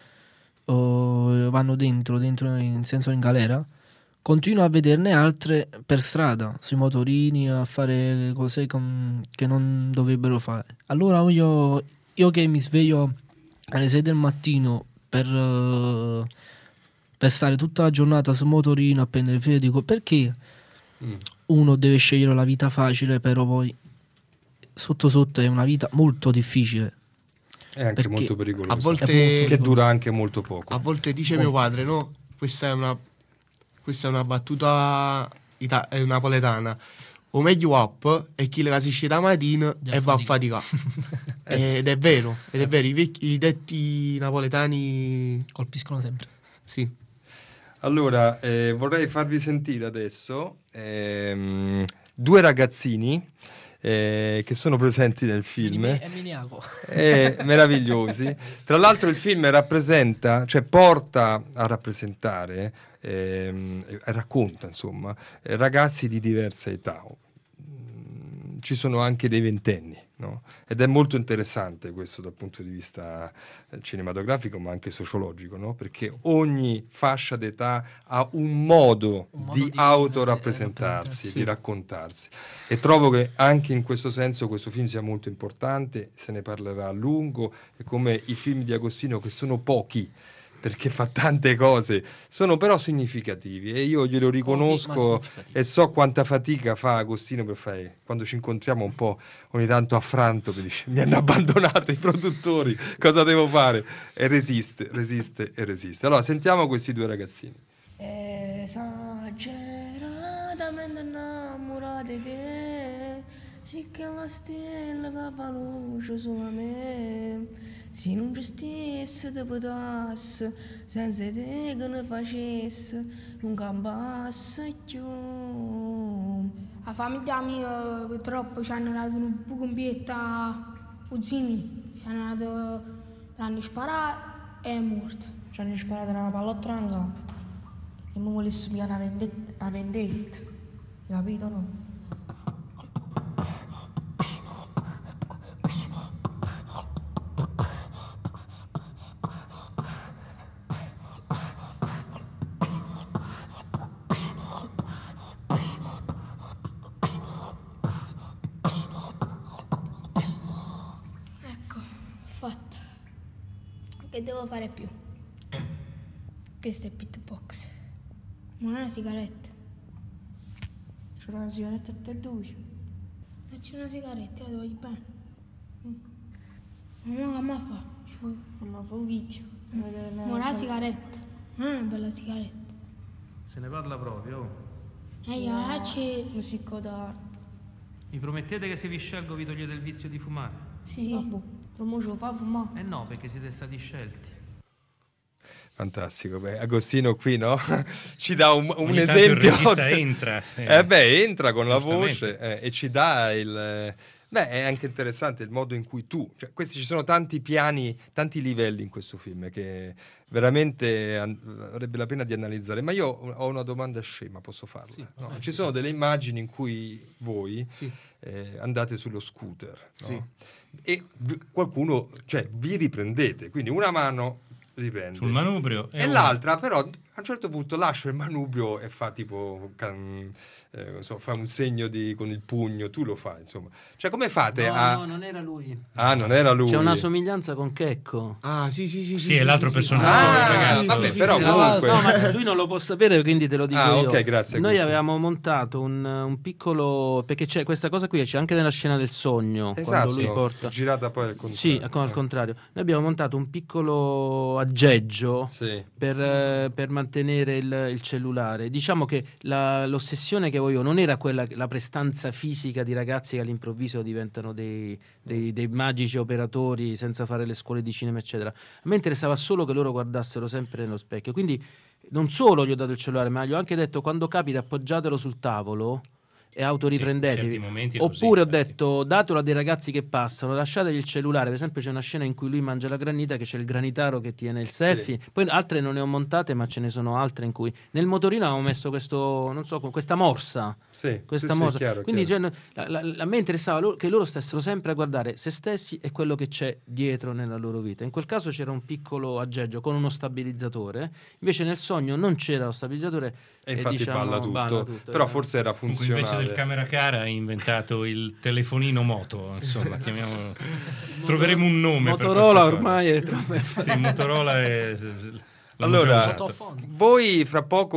oh, vanno dentro, dentro in senso in galera, continuo a vederne altre per strada, sui motorini, a fare cose con- che non dovrebbero fare. Allora io, io che mi sveglio alle sei del mattino per, uh, per stare tutta la giornata sul motorino a prendere filo, dico perché mm. uno deve scegliere la vita facile, però poi sotto sotto è una vita molto difficile. È anche molto pericolosa, a volte che dura anche molto poco. A volte dice mio padre, no, questa è una questa è una battuta ita- è napoletana, o meglio up è chi la si esce da mattina e va a faticare. Ed è vero, ed è vero, i, vecchi, i detti napoletani colpiscono sempre. Sì. Allora, eh, vorrei farvi sentire adesso ehm, due ragazzini Eh, che sono presenti nel film, è miniaco, eh, meravigliosi. Tra l'altro il film rappresenta, cioè porta a rappresentare ehm, e racconta insomma eh, ragazzi di diversa età. Ci sono anche dei ventenni, no? Ed è molto interessante questo dal punto di vista cinematografico ma anche sociologico, no? Perché ogni fascia d'età ha un modo, un modo di, di autorappresentarsi, sì. di raccontarsi, e trovo che anche in questo senso questo film sia molto importante, se ne parlerà a lungo, e come i film di Agostino, che sono pochi perché fa tante cose, sono però significativi, e io glielo riconosco e so quanta fatica fa Agostino per fare, quando ci incontriamo un po' ogni tanto affranto, per dice, mi hanno abbandonato i produttori, cosa devo fare? E resiste, resiste e resiste. Allora sentiamo questi due ragazzini. Esageratamente innamorata di te, sì che la stella che fa luce sulla me. Se non ci stesse te potasse, senza te che ne facesse, non campasse più. La famiglia mia purtroppo ci hanno dato un po' compietta cugini, ci hanno dato, l'hanno sparato e è morto. Ci hanno sparato una pallottola in capo e mi volesse pigliare una vendetta, una vendetta, capito no? Che devo fare più? Questo è pitbox. Non è una sigaretta. C'è una sigaretta a te due. E c'è una sigaretta, la voglio bene. Ma che mi fa? Ma fa un video. Ma una sigaretta. Non è una bella sigaretta. Se ne parla proprio. E io la c'è. Mi si coda. Mi promettete che se vi scelgo vi togliete il vizio di fumare? Sì, sì. Babbo. Però ce lo fa fumare. Eh no, perché siete stati scelti. Fantastico. Beh, Agostino qui, no? Ci dà un, un Ogni esempio. Il regista entra. Eh. eh beh, entra con la voce eh, e ci dà il... Beh, è anche interessante il modo in cui tu... Cioè, questi ci sono tanti piani, tanti livelli in questo film che veramente avrebbe la pena di analizzare. Ma io ho una domanda scema, posso farla? Sì, no? sì, Ci sì. sono delle immagini in cui voi sì. eh, andate sullo scooter, no? Sì. E v- qualcuno, cioè, vi riprendete. Quindi una mano riprende. Sul manubrio. E, e l'altra però a un certo punto lascia il manubrio e fa tipo can, eh, non so, fa un segno di, con il pugno, tu lo fai, insomma. Cioè, come fate no, a... no, non era lui. Ah, non era lui. C'è una somiglianza con Checco. Ah, sì, sì, sì. Sì, sì è sì, l'altro sì, personaggio. Ah, ragazzi, sì, vabbè, sì, però sì, comunque... No, ma lui non lo può sapere, quindi te lo dico ah, io. ok, grazie. Noi Gusto. avevamo montato un, un piccolo... Perché c'è questa cosa qui, c'è anche nella scena del sogno. Esatto, quando lui porta... girata poi al contrario. Sì, al contrario. Noi abbiamo montato un piccolo aggeggio sì. per, eh, per mantenere il, il cellulare. Diciamo che la, l'ossessione che avevo io non era quella, la prestanza fisica di ragazzi che all'improvviso diventano dei, dei, dei magici operatori senza fare le scuole di cinema, eccetera. A me interessava solo che loro guardassero sempre nello specchio. Quindi non solo gli ho dato il cellulare, ma gli ho anche detto: quando capita, appoggiatelo sul tavolo e autoriprendetevi. Sì, oppure così, ho detto datelo a dei ragazzi che passano, lasciategli il cellulare. Per esempio c'è una scena in cui lui mangia la granita, che c'è il granitaro che tiene il selfie, sì. Poi altre non ne ho montate, ma ce ne sono altre in cui nel motorino avevo messo questo, non so, questa morsa, sì, questa sì, morsa. Sì, chiaro, quindi chiaro. Cioè, la, la, a me interessava loro, che loro stessero sempre a guardare se stessi e quello che c'è dietro nella loro vita. In quel caso c'era un piccolo aggeggio con uno stabilizzatore, invece nel sogno non c'era lo stabilizzatore e infatti e, diciamo, balla, tutto. balla tutto. Però eh. forse era funzionale. Invece del camera car ha inventato il telefonino moto, insomma, chiamiamolo. Troveremo un nome. Motorola ormai è troppo. Sì, Motorola è... Allora, voi fra poco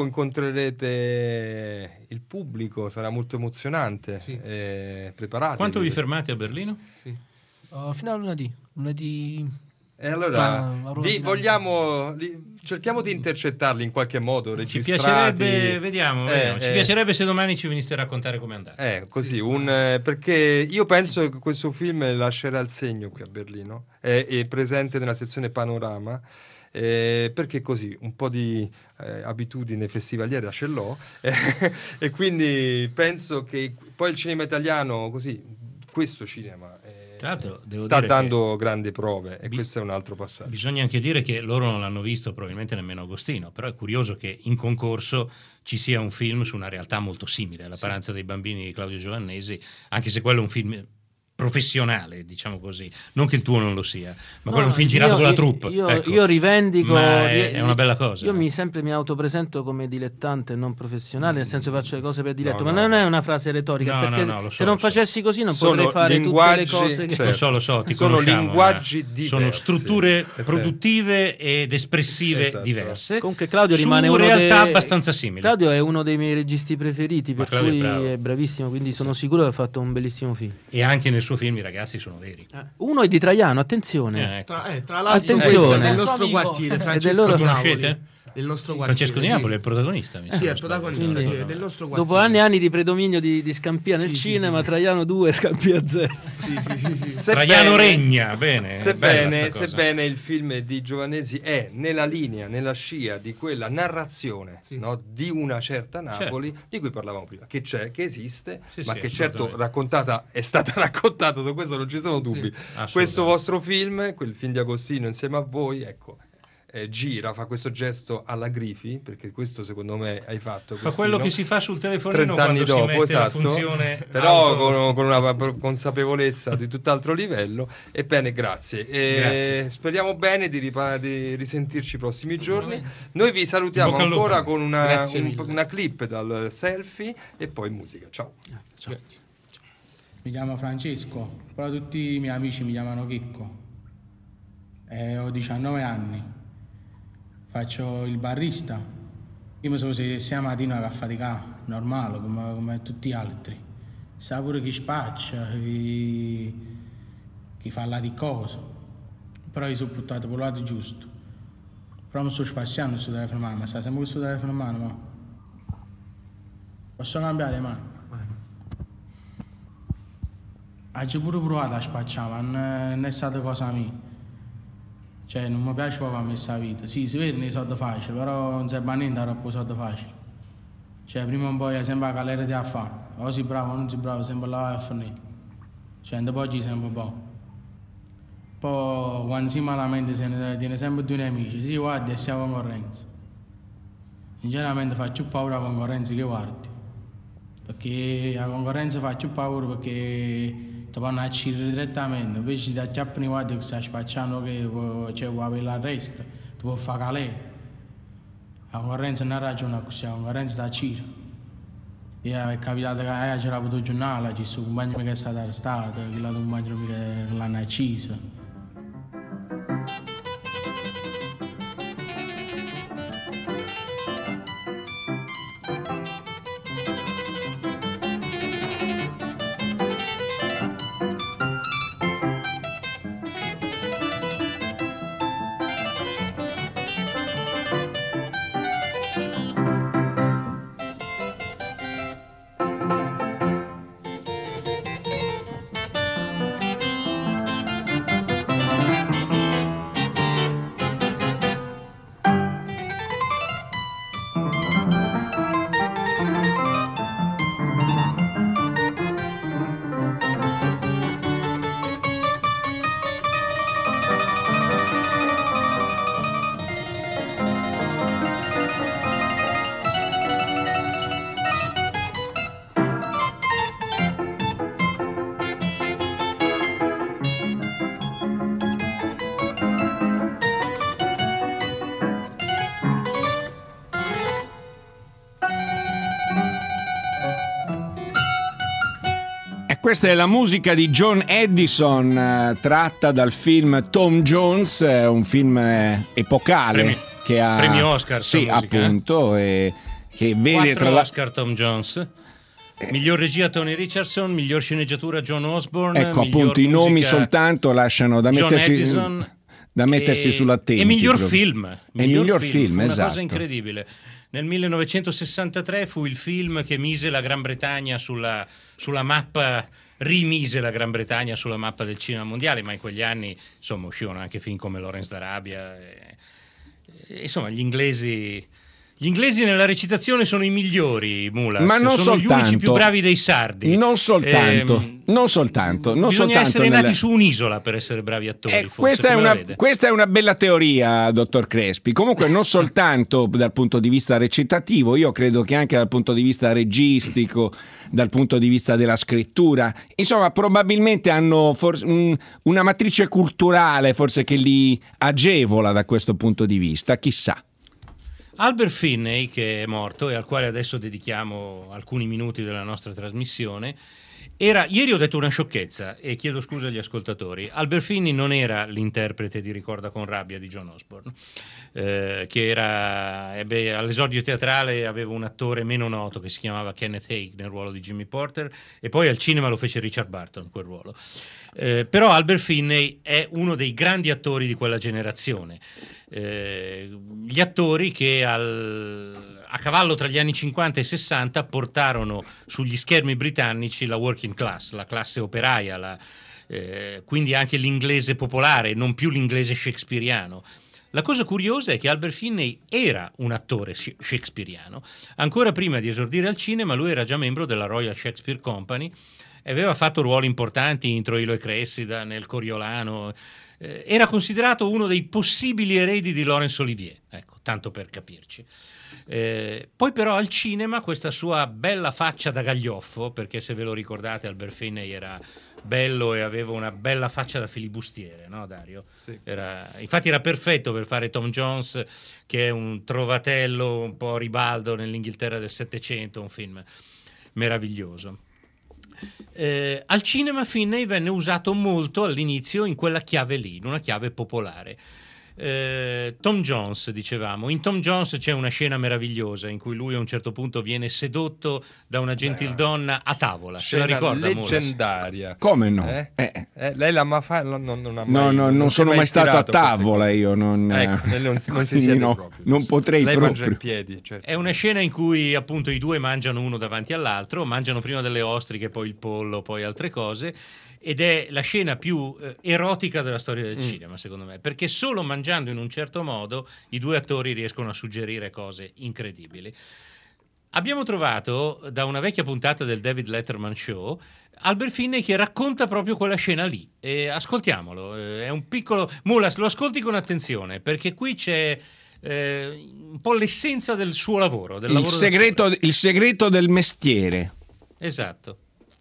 incontrerete il pubblico, sarà molto emozionante. Sì. Eh, preparati. Quanto vi fermate a Berlino? Sì. Uh, fino a lunedì. Lunedì... E allora Ah, vi vogliamo, li, cerchiamo di intercettarli in qualche modo, Ci registrati. piacerebbe, vediamo, Eh, vediamo. Ci eh. piacerebbe se domani ci veniste a raccontare com'è andato. Eh, così, Sì. un, eh, perché io penso che questo film lascerà il segno qui a Berlino, è, è presente nella sezione Panorama, eh, perché così un po' di eh, abitudine festivaliera ce l'ho, eh, e quindi penso che poi il cinema italiano, così, questo cinema... eh, Tra l'altro, devo sta dire dando che grandi prove e bi- questo è un altro passaggio. Bisogna anche dire che loro non l'hanno visto, probabilmente nemmeno Agostino, però è curioso che in concorso ci sia un film su una realtà molto simile, La paranza dei bambini di Claudio Giovannesi, anche se quello è un film professionale, diciamo così, non che il tuo non lo sia, ma No, quello è un film io- girato con la io- troupe. Io, ecco. io rivendico. Ma è, io- è una bella cosa. Io mi sempre mi autopresento come dilettante, non professionale, nel senso che faccio le cose per diletto, No, ma no. non è una frase retorica, No, perché no, no, lo so, se non lo so. facessi così non Sono potrei fare tutte le linguaggi, cose che... certo. Lo so, lo so, ti Sono conosciamo, linguaggi ma diversi. sono strutture Sì. produttive ed espressive Esatto. diverse. Comunque Claudio su rimane uno realtà dei... abbastanza simili. Claudio è uno dei miei registi preferiti, Ma per Claudio è cui bravo. è bravissimo, quindi sono sicuro che ha fatto un bellissimo film. E anche nel suo film i ragazzi sono veri. Eh, Uno è di Traiano, attenzione. Eh, ecco. Tra, eh, tra l'altro Attenzione. questo è del Nostro nostro amico. quartiere, Ed è Francesco loro- Di Napoli. Conoscete? Del nostro quartiere. Francesco Di Napoli è il protagonista. mi Sì, sembra, è il protagonista, Quindi, sì, è del nostro quartiere. Dopo anni e anni di predominio di, di Scampia nel Sì, sì, cinema, sì, sì. Traiano due, Scampia zero. Sì, sì, sì, sì. Sebbene- Traiano regna, bene. è bella Sebbene, sta cosa. sebbene il film di Giovannesi è nella linea, nella scia di quella narrazione, Sì. no, di una certa Napoli di cui parlavamo prima, che c'è, che esiste, Sì, ma sì, che certo assolutamente. raccontata è stata raccontata, su questo non ci sono dubbi. Assolutamente. Questo vostro film, quel film di Agostino insieme a voi, ecco, eh, gira, fa questo gesto alla Grifi, perché questo secondo me hai fatto. Fa Agostino, quello che si fa sul telefonino trenta anni quando dopo, si mette la esatto, funzione però auto- con, con una p- consapevolezza di tutt'altro livello. Ebbene, grazie. E Grazie. speriamo bene di, ripa- di risentirci i prossimi giorni. Noi vi In salutiamo bocca al lupo. ancora con una, Grazie un- mille. una clip dal selfie e poi musica. Ciao. Grazie. Mi chiamo Francesco, però tutti i miei amici mi chiamano Checco. E ho diciannove anni. Faccio il barista. Io mi sono sia mattina che a faticare, normale, come, come tutti gli altri. Sa pure chi spaccia, chi, chi fa la di cosa. Però io sono buttato per il lato giusto. Però mi sto spaziando sul telefono in mano, ma sta sempre con sto telefono in mano, ma... Posso cambiare mano? Ho pure provato a spacciare, ma non è, non è stata cosa mia. Cioè, non mi piace proprio a me questa vita. Sì, si vede nei soldi facili, però non serve a niente troppo soldi facili. Cioè, prima o poi sempre la galera di a fare. O sei bravo o non sei bravo, sempre là a finire. Cioè, dopo oggi sempre buono. Poi, quando si malamente, se ne tiene sempre due nemici. Sì, guardi, e sia concorrenza. Sinceramente faccio più paura alla concorrenza che guardi. Perché la concorrenza fa più paura perché ti vanno a uccidere direttamente, invece ti acchiappano i guardi che stai spacciando che c'è cioè, l'arresto, ti può fare calare. la concorrenza non ragiona così, la concorrenza da Ciro. Io è capitato che eh, c'era avuto il giornale, ci sono compagni che è stato arrestato, che l'ha compagno che l'hanno ucciso. Questa è la musica di John Edison, eh, tratta dal film Tom Jones, eh, un film eh, epocale Premi, che ha premio Oscar. Sì, musica, appunto, e che vede Quattro tra la... Oscar Tom Jones. Miglior regia Tony Richardson, miglior sceneggiatura John Osborne. Ecco, appunto, i nomi soltanto lasciano da John mettersi Edison, da mettersi e, sull'attenti. E miglior proprio. film. E miglior film, film, fu esatto. una cosa incredibile. Nel millenovecentosessantatré fu il film che mise la Gran Bretagna sulla, sulla mappa, rimise la Gran Bretagna sulla mappa del cinema mondiale, ma in quegli anni insomma uscivano anche film come Lawrence d'Arabia. E, e, insomma, gli inglesi... Gli inglesi nella recitazione sono i migliori, Mulas. Ma non sono soltanto, gli unici più bravi dei sardi. Non soltanto, eh, non soltanto. Non bisogna soltanto essere nelle... nati su un'isola per essere bravi attori. Eh, forse, questa, è come la una, vede? questa è una bella teoria, dottor Crespi. Comunque non soltanto dal punto di vista recitativo, io credo che anche dal punto di vista registico, dal punto di vista della scrittura, insomma probabilmente hanno forse un, una matrice culturale forse che li agevola da questo punto di vista, chissà. Albert Finney, che è morto e al quale adesso dedichiamo alcuni minuti della nostra trasmissione, era, ieri ho detto una sciocchezza e chiedo scusa agli ascoltatori. Albert Finney non era l'interprete di Ricorda con rabbia di John Osborne, eh, che era, ebbe, all'esordio teatrale aveva un attore meno noto che si chiamava Kenneth Haig nel ruolo di Jimmy Porter, e poi al cinema lo fece Richard Burton quel ruolo. Eh, però Albert Finney è uno dei grandi attori di quella generazione. Eh, gli attori che al, a cavallo tra gli anni cinquanta e sessanta portarono sugli schermi britannici la working class, la classe operaia, la, eh, quindi anche l'inglese popolare, non più l'inglese shakespeariano. La cosa curiosa è che Albert Finney era un attore shakespeariano. Ancora prima di esordire al cinema lui era già membro della Royal Shakespeare Company e aveva fatto ruoli importanti in Troilo e Cressida, nel Coriolano. Eh, era considerato uno dei possibili eredi di Laurence Olivier, ecco, tanto per capirci. Eh, poi però al cinema questa sua bella faccia da gaglioffo, perché se ve lo ricordate Albert Finney era bello e aveva una bella faccia da filibustiere, no Dario? Sì. Era, infatti era perfetto per fare Tom Jones, che è un trovatello un po' ribaldo nell'Inghilterra del Settecento, un film meraviglioso. Eh, al cinema Finney venne usato molto all'inizio in quella chiave lì, in una chiave popolare. Eh, Tom Jones, dicevamo, in Tom Jones c'è una scena meravigliosa in cui lui a un certo punto viene sedotto da una gentildonna a tavola. Se la ricorda? Leggendaria. Come no? Eh? Eh. Eh, lei l'ha mai fatto? Non, non, non ha mai, No, no, non, non sono mai, mai stato a tavola io, non, ecco, non, non si siede no, proprio. non potrei lei proprio. mangia in piedi, certo. È una scena in cui appunto i due mangiano uno davanti all'altro, mangiano prima delle ostriche, poi il pollo, poi altre cose, ed è la scena più eh, erotica della storia del mm. cinema, secondo me, perché solo mangiando in un certo modo i due attori riescono a suggerire cose incredibili. Abbiamo trovato da una vecchia puntata del David Letterman Show Albert Finney che racconta proprio quella scena lì, e ascoltiamolo, è un piccolo... Mulas, lo ascolti con attenzione, perché qui c'è eh, un po' l'essenza del suo lavoro, del il, lavoro segreto, il segreto del mestiere. Esatto.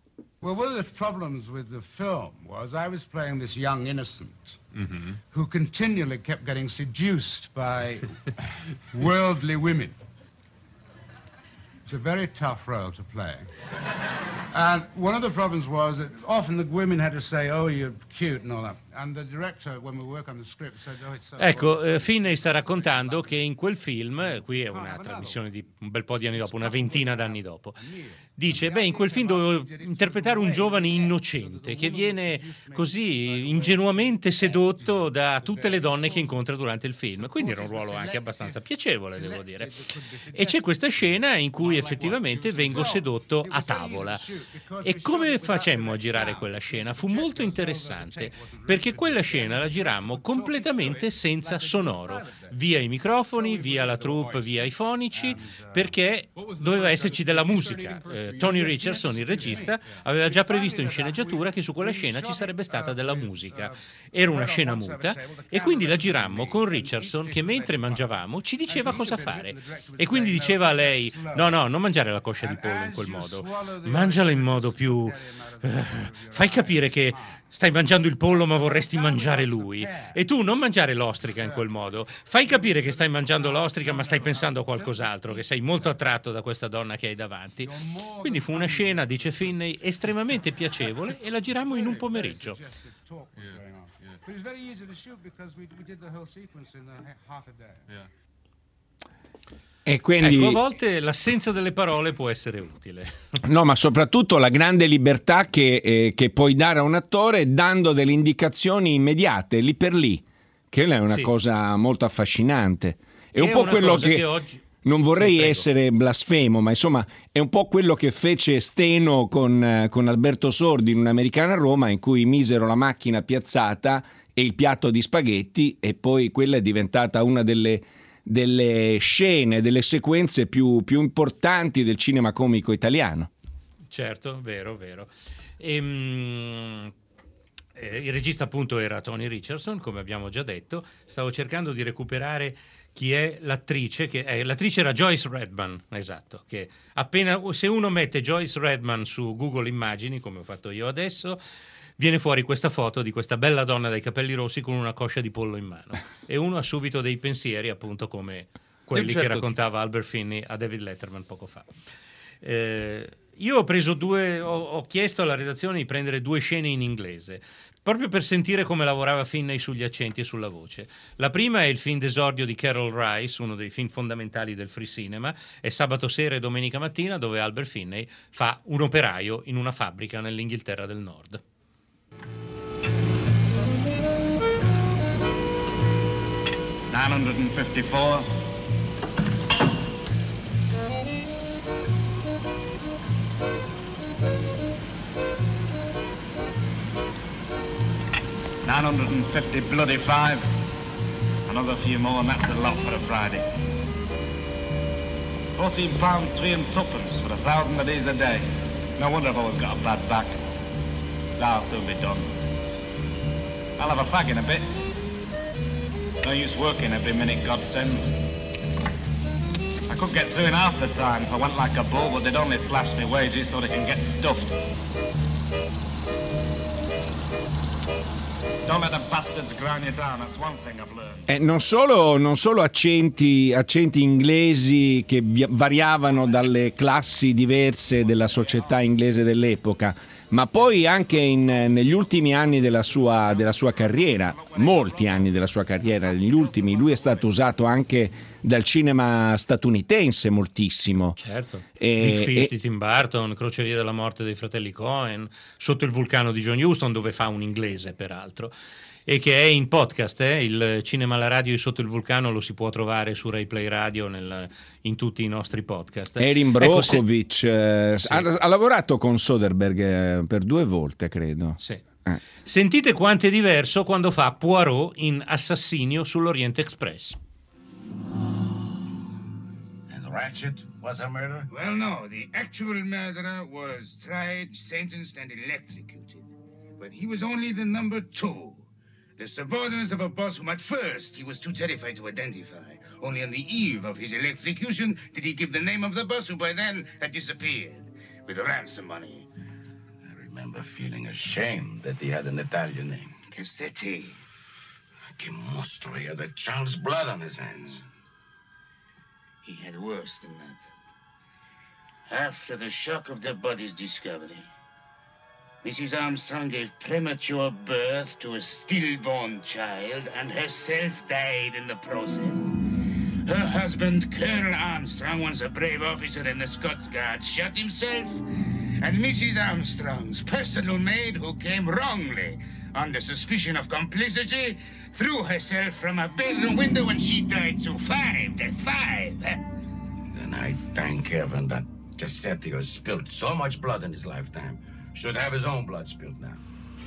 Well, one of the problems with the film was I was playing this young innocent mm-hmm. who continually kept getting seduced by worldly women. It's a very tough role to play. And one of the problems was that often the women had to say, oh, you're cute and all that. And the director, when we work on the script, said, oh, it's so... Ecco, eh, Finney sta raccontando che in quel film, qui è una trasmissione di un bel po' di anni dopo, una ventina d'anni dopo, dice, beh, in quel film dovevo interpretare un giovane innocente che viene così ingenuamente sedotto da tutte le donne che incontra durante il film. Quindi era un ruolo anche abbastanza piacevole, devo dire. E c'è questa scena in cui effettivamente vengo sedotto a tavola. E come facemmo a girare quella scena? Fu molto interessante, perché quella scena la girammo completamente senza sonoro, via i microfoni, via la troupe, via i fonici, perché doveva esserci della musica. Eh, Tony Richardson, il regista, aveva già previsto in sceneggiatura che su quella scena ci sarebbe stata della musica. Era una scena muta e quindi la girammo con Richardson che mentre mangiavamo ci diceva cosa fare. E quindi diceva a lei, no, no, non mangiare la coscia di pollo in quel modo, mangiala in modo più... Uh, fai capire che stai mangiando il pollo ma vorresti mangiare lui, e tu non mangiare l'ostrica in quel modo, fai capire che stai mangiando l'ostrica ma stai pensando a qualcos'altro, che sei molto attratto da questa donna che hai davanti. Quindi fu una scena, dice Finney, estremamente piacevole e la girammo in un pomeriggio. E quindi... Ecco, a volte l'assenza delle parole può essere utile. No, ma soprattutto la grande libertà che, eh, che puoi dare a un attore dando delle indicazioni immediate, lì per lì, che è una sì. cosa molto affascinante. È un è po' quello che... che oggi... Non vorrei sì, essere blasfemo, ma insomma è un po' quello che fece Steno con, con Alberto Sordi in Un'Americana a Roma, in cui misero la macchina piazzata e il piatto di spaghetti, e poi quella è diventata una delle... delle scene, delle sequenze più, più importanti del cinema comico italiano. Certo, vero, vero. Ehm, eh, il regista appunto era Tony Richardson, come abbiamo già detto. Stavo cercando di recuperare chi è l'attrice, che è, l'attrice era Joyce Redman, esatto, che appena, se uno mette Joyce Redman su Google Immagini, come ho fatto io adesso, viene fuori questa foto di questa bella donna dai capelli rossi con una coscia di pollo in mano, e uno ha subito dei pensieri appunto come quelli certo che raccontava Albert Finney a David Letterman poco fa. Eh, io ho preso due, ho, ho chiesto alla redazione di prendere due scene in inglese, proprio per sentire come lavorava Finney sugli accenti e sulla voce. La prima è il film d'esordio di Carol Rice, uno dei film fondamentali del free cinema, è Sabato sera e domenica mattina, dove Albert Finney fa un operaio in una fabbrica nell'Inghilterra del Nord. nine fifty-four. nine fifty bloody five. Another few more and that's a lot for a Friday. Fourteen pounds three and twopence for a thousand of these a day. No wonder I've always got a bad back. That'll soon be done. I'll have a fag in a bit. No use working every minute God sends. I could get through in half the time if I went like a bull, but they'd only slash me wages so they can get stuffed. Don't let the bastards grind you down, that's one thing I've learned. Eh, non solo, non solo accenti, accenti inglesi che vi- variavano dalle classi diverse della società inglese dell'epoca, ma poi anche in, negli ultimi anni della sua, della sua carriera, molti anni della sua carriera, negli ultimi, lui è stato usato anche dal cinema statunitense moltissimo. Certo, e, Big Fish e... di Tim Burton, Crocevia della morte dei fratelli Coen, Sotto il vulcano di John Huston, dove fa un inglese peraltro, e che è in podcast, eh? Il cinema alla radio di Sotto il vulcano lo si può trovare su Rai Play Radio nel, in tutti i nostri podcast. Erin Brockovich ecco, se... eh, ha, ha lavorato con Soderbergh eh, per due volte, credo. Sì. Eh. Sentite quanto è diverso quando fa Poirot in Assassinio sull'Orient Express. And the Ratchet was a murderer? Well, no. The actual murderer was tried, sentenced, and electrocuted. But he was only the number two. The subordinate of a boss whom at first he was too terrified to identify. Only on the eve of his electrocution did he give the name of the boss, who by then had disappeared with ransom money. I remember feeling ashamed that he had an Italian name. Cassetti. Che mostro, he had that child's blood on his hands. He had worse than that. After the shock of the body's discovery, Missus Armstrong gave premature birth to a stillborn child and herself died in the process. Her husband, Colonel Armstrong, once a brave officer in the Scots Guards, shot himself. And Missus Armstrong's personal maid, who came wrongly under suspicion of complicity, threw herself from a bedroom window and she died too. Five, death, five. Then I thank heaven that Cassetti, who spilled so much blood in his lifetime, should have his own blood spilled now.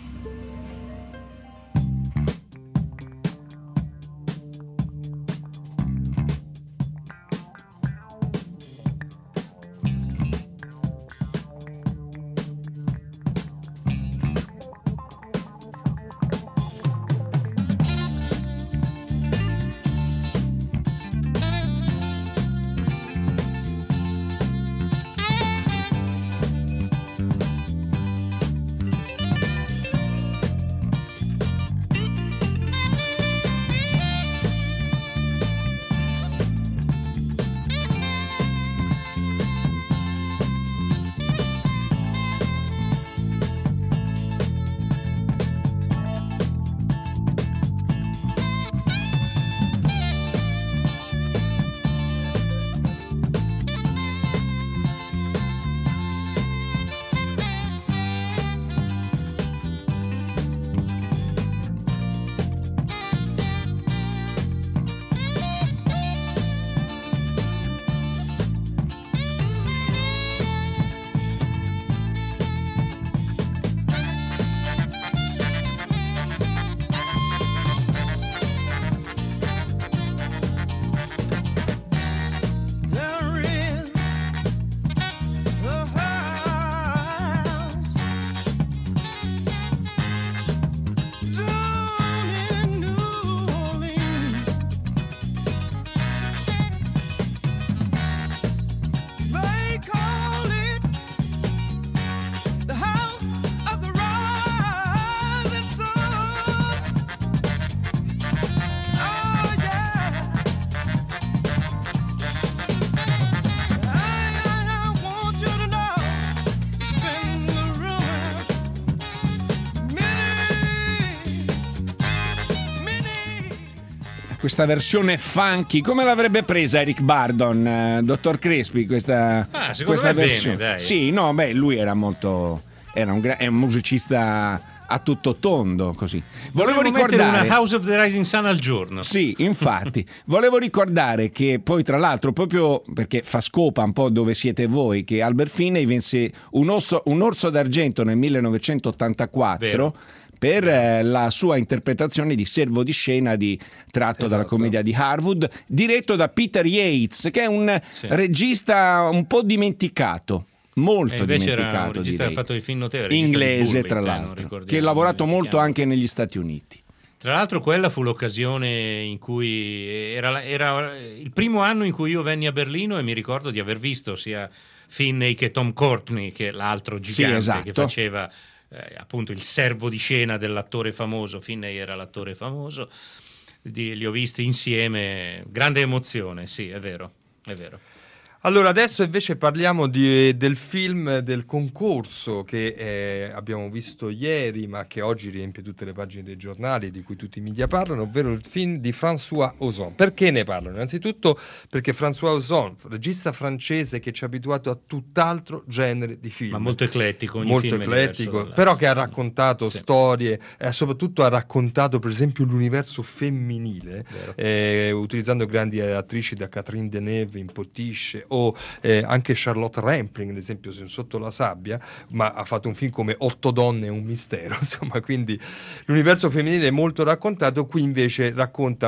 Questa versione funky, come l'avrebbe presa Eric Burdon, eh, dottor Crespi, questa, ah, questa me versione? Bene, dai. Sì, no, beh, lui era molto, era un, è un musicista a tutto tondo, così. Volevo Dovremmo ricordare una House of the Rising Sun al giorno. Sì, infatti. Volevo ricordare che poi, tra l'altro, proprio perché fa scopa un po' dove siete voi, che Albert Finney vinse un orso, un orso d'argento nel millenovecentottantaquattro. Vero. Per eh, la sua interpretazione di servo di scena di, tratto esatto. dalla commedia di Harwood, diretto da Peter Yates, che è un sì. regista un po' dimenticato. Molto dimenticato, era un regista direi. Che ha fatto i film notevoli, inglese, Bullwink, tra l'altro, che ha lavorato molto anche negli Stati Uniti. Tra l'altro quella fu l'occasione in cui era, era il primo anno in cui io venni a Berlino e mi ricordo di aver visto sia Finney che Tom Courtenay, che è l'altro gigante sì, esatto. che faceva eh, appunto il servo di scena dell'attore famoso. Finney era l'attore famoso, di, li ho visti insieme, grande emozione, sì, è vero, è vero. Allora, adesso invece parliamo di, del film del concorso che eh, abbiamo visto ieri, ma che oggi riempie tutte le pagine dei giornali, di cui tutti i media parlano, ovvero il film di François Ozon. Perché ne parlano? Innanzitutto perché François Ozon, regista francese che ci ha abituato a tutt'altro genere di film. Ma molto eclettico, ogni molto film eclettico, dalla... però che ha raccontato sì. storie e soprattutto ha raccontato per esempio l'universo femminile, eh, utilizzando grandi attrici da Catherine Deneuve in Potiche o eh, anche Charlotte Rampling, ad esempio, Sotto la sabbia, ma ha fatto un film come Otto donne e un mistero, insomma, quindi l'universo femminile è molto raccontato. Qui invece racconta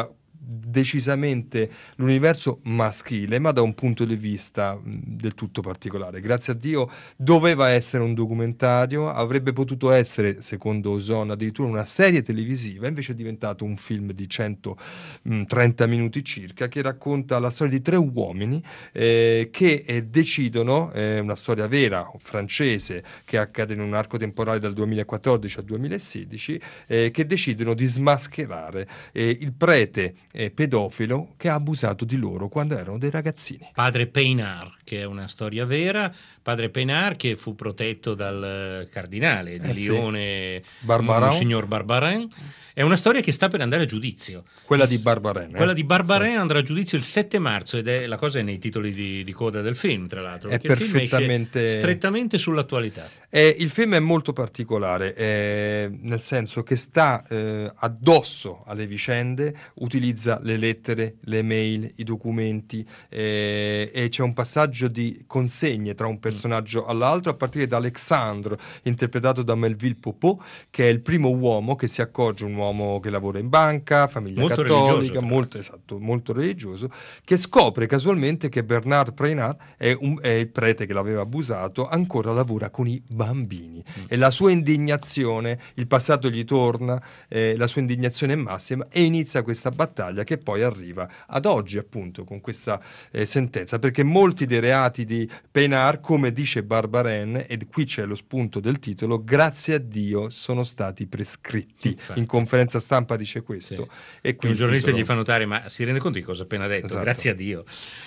decisamente l'universo maschile, ma da un punto di vista del tutto particolare. Grazie a Dio doveva essere un documentario, avrebbe potuto essere, secondo Ozon, addirittura una serie televisiva, invece è diventato un film di centotrenta minuti circa, che racconta la storia di tre uomini eh, che eh, decidono, è eh, una storia vera, francese, che accade in un arco temporale dal duemilaquattordici al duemilasedici, eh, che decidono di smascherare eh, il prete eh, pedofilo che ha abusato di loro quando erano dei ragazzini. Padre Peinard, che è una storia vera, padre Peinard che fu protetto dal cardinale di eh Lione, sì. Barbarin. Monsignor Barbarin. È una storia che sta per andare a giudizio. Quella di Barbarin. Quella eh? di Barbarin sì. andrà a giudizio il sette marzo ed è la cosa è nei titoli di, di coda del film, tra l'altro. È perché il film perfettamente esce strettamente sull'attualità. Eh, il film è molto particolare, eh, nel senso che sta eh, addosso alle vicende, utilizza le lettere, le mail, i documenti eh, e c'è un passaggio di consegne tra un personaggio all'altro, a partire da Alexandre, interpretato da Melville Poupeau, che è il primo uomo che si accorge, un uomo che lavora in banca, famiglia molto cattolica, molto, esatto, molto religioso, che scopre casualmente che Bernard Peinard è, un, è il prete che l'aveva abusato, ancora lavora con i bambini mm. e la sua indignazione, il passato gli torna, eh, la sua indignazione è massima e inizia questa battaglia che poi arriva ad oggi, appunto, con questa eh, sentenza, perché molti dei reati di Peinard, come dice Barbarin, e qui c'è lo spunto del titolo, grazie a Dio sono stati prescritti. Infatti. In conferenza stampa dice questo sì. e qui un giornalista titolo... gli fa notare, ma si rende conto di cosa ha appena detto? Esatto. Grazie a Dio.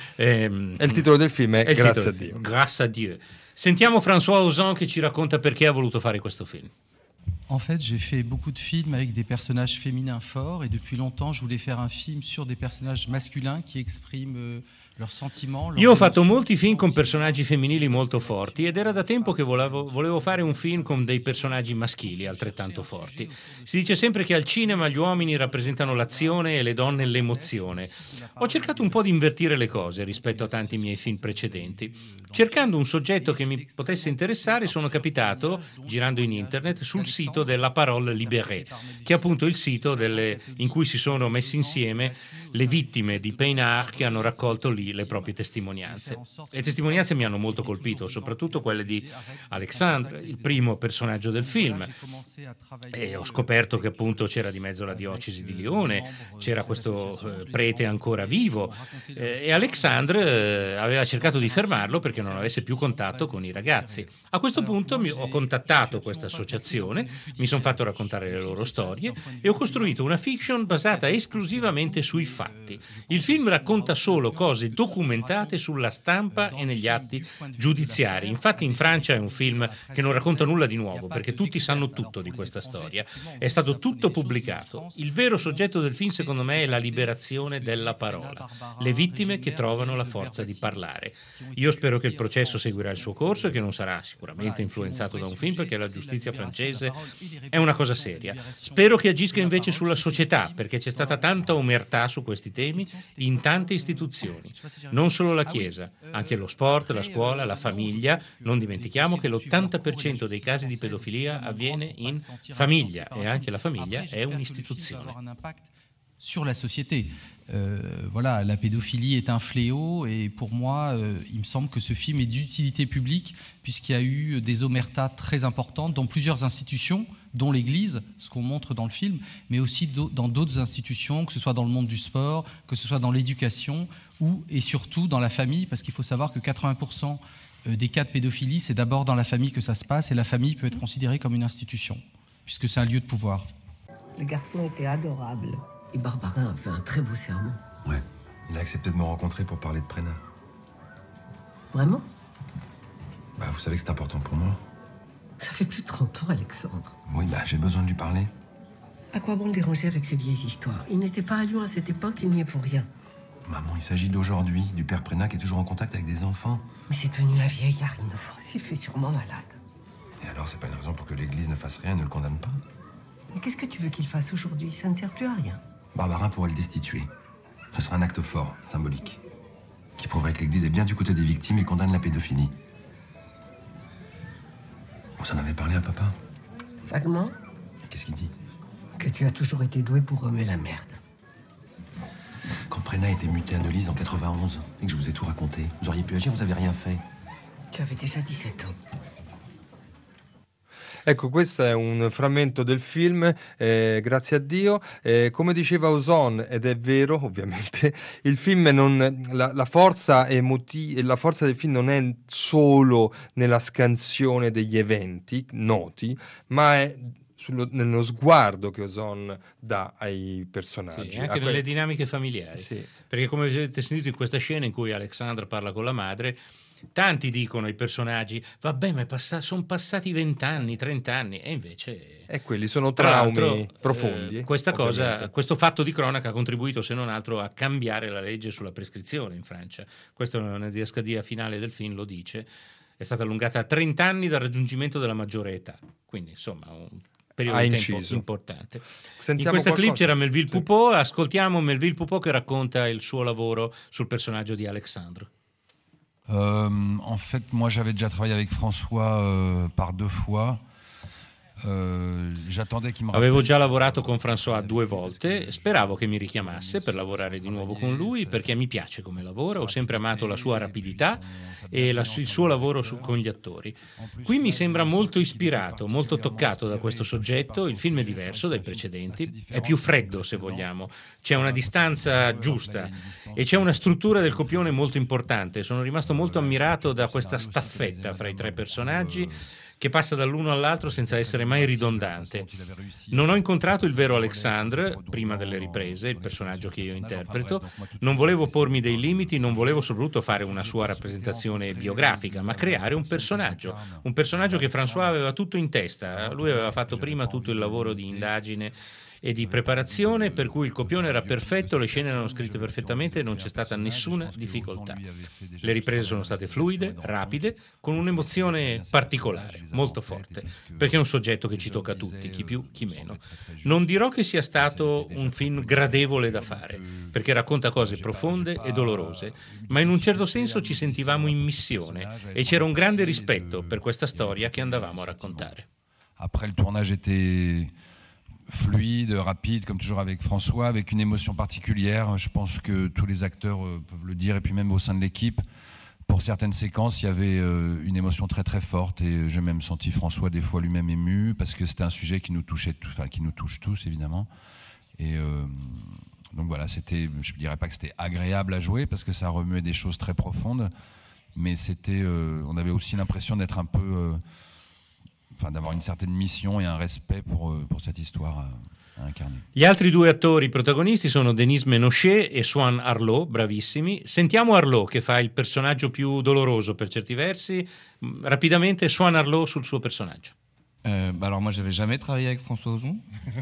Ehm, e il titolo del film è, è Grazie a Dio. Grazie a Dio. Sentiamo François Ozon che ci racconta perché ha voluto fare questo film. En fait, j'ai fait beaucoup de films avec des personnages féminins forts et depuis longtemps, je voulais faire un film sur des personnages masculins qui expriment euh, leurs sentiments. Leurs Io ho fatto émotions. molti film con personaggi femminili molto forti ed era da tempo che volevo, volevo fare un film con dei personaggi maschili altrettanto forti. Si dice sempre che al cinema gli uomini rappresentano l'azione e le donne l'emozione. Ho cercato un po' di invertire le cose rispetto a tanti miei film precedenti. Cercando un soggetto che mi potesse interessare, sono capitato, girando in internet, sul sito della Parole Libérée, che è appunto il sito delle, in cui si sono messi insieme le vittime di Peinard che hanno raccolto lì le proprie testimonianze. Le testimonianze mi hanno molto colpito, soprattutto quelle di Alexandre, il primo personaggio del film, e ho scoperto che appunto c'era di mezzo la diocesi di Lione, c'era questo eh, prete ancora vivo eh, e Alexandre eh, aveva cercato di fermarlo perché non avesse più contatto con i ragazzi. A questo punto mi, ho contattato questa associazione, mi sono fatto raccontare le loro storie e ho costruito una fiction basata esclusivamente sui fatti. Il film racconta solo cose documentate sulla stampa e negli atti giudiziari. Infatti in Francia è un film che non racconta nulla di nuovo perché tutti sanno tutto di questa storia. È stato tutto pubblicato. Il vero soggetto del film secondo me è la liberazione della parola, le vittime che trovano la forza di parlare. Io spero che il processo seguirà il suo corso e che non sarà sicuramente influenzato da un film perché la giustizia francese è una cosa seria. Spero che agisca invece sulla società perché c'è stata tanta omertà su questi temi in tante istituzioni. Non solo la Chiesa, anche lo sport, la scuola, la famiglia. Non dimentichiamo che l'ottanta per cento dei casi di pedofilia avviene in famiglia e anche la famiglia è un'istituzione. Sur la société. Euh, voilà, la pédophilie est un fléau et pour moi, euh, il me semble que ce film est d'utilité publique puisqu'il y a eu des omertas très importantes dans plusieurs institutions, dont l'Église, ce qu'on montre dans le film, mais aussi dans d'autres institutions, que ce soit dans le monde du sport, que ce soit dans l'éducation ou et surtout dans la famille, parce qu'il faut savoir que quatre-vingts pour cent des cas de pédophilie, c'est d'abord dans la famille que ça se passe et la famille peut être considérée comme une institution, puisque c'est un lieu de pouvoir. Le garçon était adorable. Et Barbarin a fait un très beau serment. Ouais, il a accepté de me rencontrer pour parler de Peinard. Vraiment? Bah, vous savez que c'est important pour moi. Ça fait plus de trente ans, Alexandre. Oui, bah, j'ai besoin de lui parler. À quoi bon le déranger avec ces vieilles histoires? Il n'était pas à Lyon à cette époque, il n'y est pour rien. Maman, il s'agit d'aujourd'hui, du père Peinard qui est toujours en contact avec des enfants. Mais c'est devenu un vieillard inoffensif et sûrement malade. Et alors, c'est pas une raison pour que l'Église ne fasse rien et ne le condamne pas? Mais qu'est-ce que tu veux qu'il fasse aujourd'hui? Ça ne sert plus à rien. Barbarin pourrait le destituer. Ce serait un acte fort, symbolique, qui prouverait que l'Église est bien du côté des victimes et condamne la pédophilie. Vous en avez parlé à papa? Vaguement. Qu'est-ce qu'il dit? Que tu as toujours été doué pour remuer la merde. Frenna a été muté à Neuilly en quatre-vingt-onze et que je vous ai tout raconté. Vous auriez pu agir, vous avez rien fait. Tu avais déjà dix-sept ans. Ecco, questo è un frammento del film, eh, grazie a Dio. Eh, come diceva Ozon, ed è vero ovviamente, il film non, la, la, forza emoti- la forza del film non è solo nella scansione degli eventi noti, ma è sullo, nello sguardo che Ozon dà ai personaggi. Sì, anche que- nelle dinamiche familiari. Sì. Perché come avete sentito in questa scena in cui Alexandre parla con la madre, tanti dicono ai personaggi, vabbè, ma passato, sono passati vent'anni, trent'anni, e invece... E quelli sono tra traumi l'altro, profondi. Eh, questa cosa, ovviamente. questo fatto di cronaca ha contribuito, se non altro, a cambiare la legge sulla prescrizione in Francia. Questa è una didascalia finale del film, lo dice. È stata allungata a trenta anni dal raggiungimento della maggiore età. Quindi, insomma, un periodo Ha di tempo inciso. importante. Sentiamo in questa clip qualcosa? c'era Melville Sì. Poupeau, ascoltiamo Melville Poupeau che racconta il suo lavoro sul personaggio di Alexandre. Euh, en fait, moi, j'avais déjà travaillé avec François euh, par deux fois. Euh, j'attendais qu'il me Avevo rappelle. già lavorato con François due volte, speravo che mi richiamasse per lavorare di nuovo con lui perché mi piace come lavora, ho sempre amato la sua rapidità e la, il suo lavoro su, con gli attori. Qui mi sembra molto ispirato, molto toccato da questo soggetto, il film è diverso dai precedenti, è più freddo se vogliamo, c'è una distanza giusta e c'è una struttura del copione molto importante, sono rimasto molto ammirato da questa staffetta fra i tre personaggi che passa dall'uno all'altro senza essere mai ridondante. Non ho incontrato il vero Alexandre prima delle riprese, il personaggio che io interpreto, non volevo pormi dei limiti, non volevo soprattutto fare una sua rappresentazione biografica, ma creare un personaggio, un personaggio che François aveva tutto in testa, lui aveva fatto prima tutto il lavoro di indagine e di preparazione, per cui il copione era perfetto, le scene erano scritte perfettamente e non c'è stata nessuna difficoltà. Le riprese sono state fluide, rapide, con un'emozione particolare, molto forte, perché è un soggetto che ci tocca a tutti, chi più, chi meno. Non dirò che sia stato un film gradevole da fare, perché racconta cose profonde e dolorose, ma in un certo senso ci sentivamo in missione e c'era un grande rispetto per questa storia che andavamo a raccontare. Après, le tournage était fluide, rapide, comme toujours avec François, avec une émotion particulière. Je pense que tous les acteurs euh, peuvent le dire, et puis même au sein de l'équipe, pour certaines séquences, il y avait euh, une émotion très très forte, et j'ai même senti François des fois lui-même ému, parce que c'était un sujet qui nous touchait, enfin qui nous touche tous évidemment. Et euh, donc voilà, c'était, je ne dirais pas que c'était agréable à jouer, parce que ça remuait des choses très profondes, mais c'était, euh, on avait aussi l'impression d'être un peu euh, enfin, d'avoir une certaine mission et un respect pour, pour cette histoire à, à incarner. Gli altri due attori protagonisti sono Denis Ménochet e Swan Arlo, bravissimi. Sentiamo Arlo che fa il personaggio più doloroso per certi versi. Rapidamente Swan Arlo sul suo personaggio. Euh, bah alors moi j'avais jamais travaillé avec François Ozon.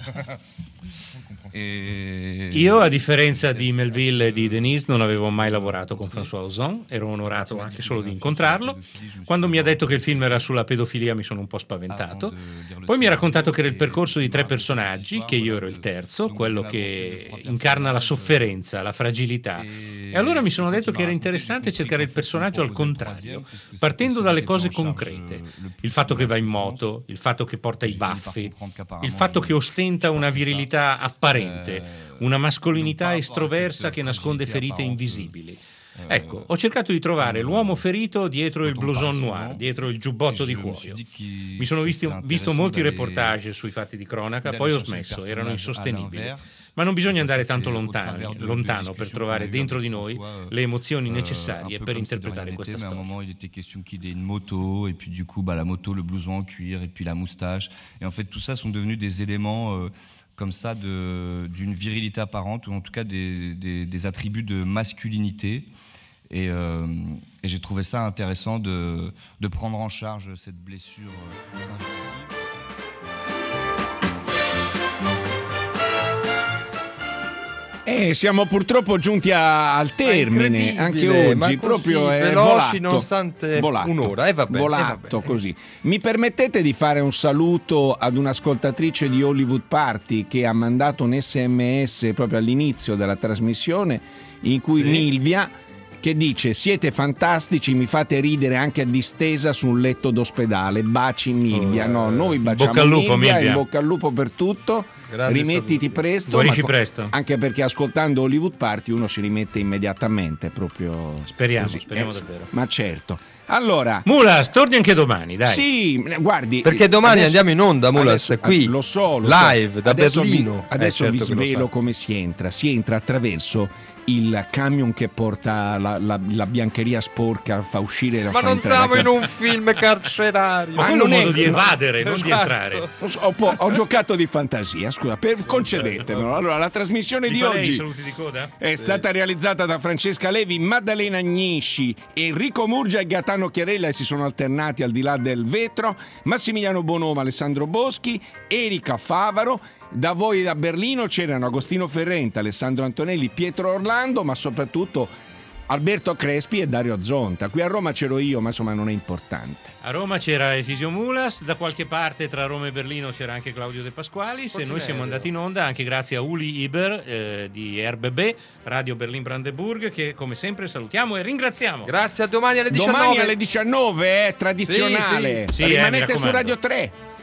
E... Io, a differenza di Melville e di Denis, non avevo mai lavorato con François Ozon, ero onorato anche solo di incontrarlo. Quando mi ha detto che il film era sulla pedofilia mi sono un po' spaventato. Poi mi ha raccontato che era il percorso di tre personaggi, che io ero il terzo, quello che incarna la sofferenza, la fragilità. E allora mi sono detto che era interessante cercare il personaggio al contrario, partendo dalle cose concrete. Il fatto che va in moto, il fatto che porta i baffi, il fatto che ostenta una virilità apparente, una mascolinità estroversa che nasconde ferite invisibili. Ecco, ho cercato di trovare l'uomo ferito dietro il blouson noir, dietro il giubbotto di cuoio. Mi sono visti, visto molti reportage sui fatti di cronaca, poi ho smesso, erano insostenibili. Ma non bisogna andare tanto lontano, lontano per trovare dentro di noi le emozioni necessarie per interpretare questa storia. À un moment, il était question qu'il ait une moto, et puis du coup, bah, la moto, le blouson en cuir, et puis la moustache. Et en fait, tout ça sont devenus des éléments euh, comme ça de, d'une virilité apparente, ou en tout cas des, des, des attributs de masculinité. Et, euh, et j'ai trouvé ça intéressant de, de prendre en charge cette blessure euh, invisible. E siamo purtroppo giunti a, al termine anche oggi, proprio è veloci volato, nonostante volato, un'ora. E vabbè, volato e vabbè. Così. Mi permettete di fare un saluto ad un'ascoltatrice di Hollywood Party che ha mandato un sms proprio all'inizio della trasmissione, in cui Sì. Milvia, che dice: siete fantastici, mi fate ridere anche a distesa su un letto d'ospedale, baci Milvia. No, noi baciamo bocca al lupo, Milvia, Milvia. in bocca al lupo per tutto. Grande rimettiti saluti. presto, Guarisci ma- presto. anche perché ascoltando Hollywood Party uno si rimette immediatamente, proprio Speriamo, così. speriamo Eh, davvero. Ma certo. Allora, Mulas, torni anche domani, dai. sì, guardi, Perché domani adesso- andiamo in onda, Mulas, adesso- è qui. Lo so, lo Live, so. da Adesso vi- Berlino. adesso Eh, vi certo che lo svelo sa. come si entra. Si entra attraverso il camion che porta la, la- la biancheria sporca, fa uscire e la Ma fa non entrare siamo la in un film carcerario. Ma Ah, quello è un non è- modo di evadere, non di Esatto. entrare. Lo so, Ho, po- ho giocato di fantasia, scusa, per, concedetemelo. Allora, la trasmissione Ci di fa lei i oggi saluti di coda? è stata realizzata da Francesca Levi, Maddalena Agnisci, Enrico Murgia e Gaetano Chiarella, e si sono alternati al di là del vetro, Massimiliano Bonomo, Alessandro Boschi, Erika Favaro. Da voi da Berlino c'erano Agostino Ferrenta, Alessandro Antonelli, Pietro Orlando, ma soprattutto Alberto Crespi e Dario Zonta. Qui a Roma c'ero io, ma insomma non è importante. A Roma c'era Efisio Mulas, da qualche parte tra Roma e Berlino c'era anche Claudio De Pasquali. Se noi siamo andati in onda anche grazie a Uli Iber eh, di R B B, Radio Berlin Brandeburg, che come sempre salutiamo e ringraziamo. Grazie, a domani alle diciannove. Domani alle diciannove, eh, tradizionale. Sì, sì. Sì, eh, mi Rimanete su raccomando. Radio tre.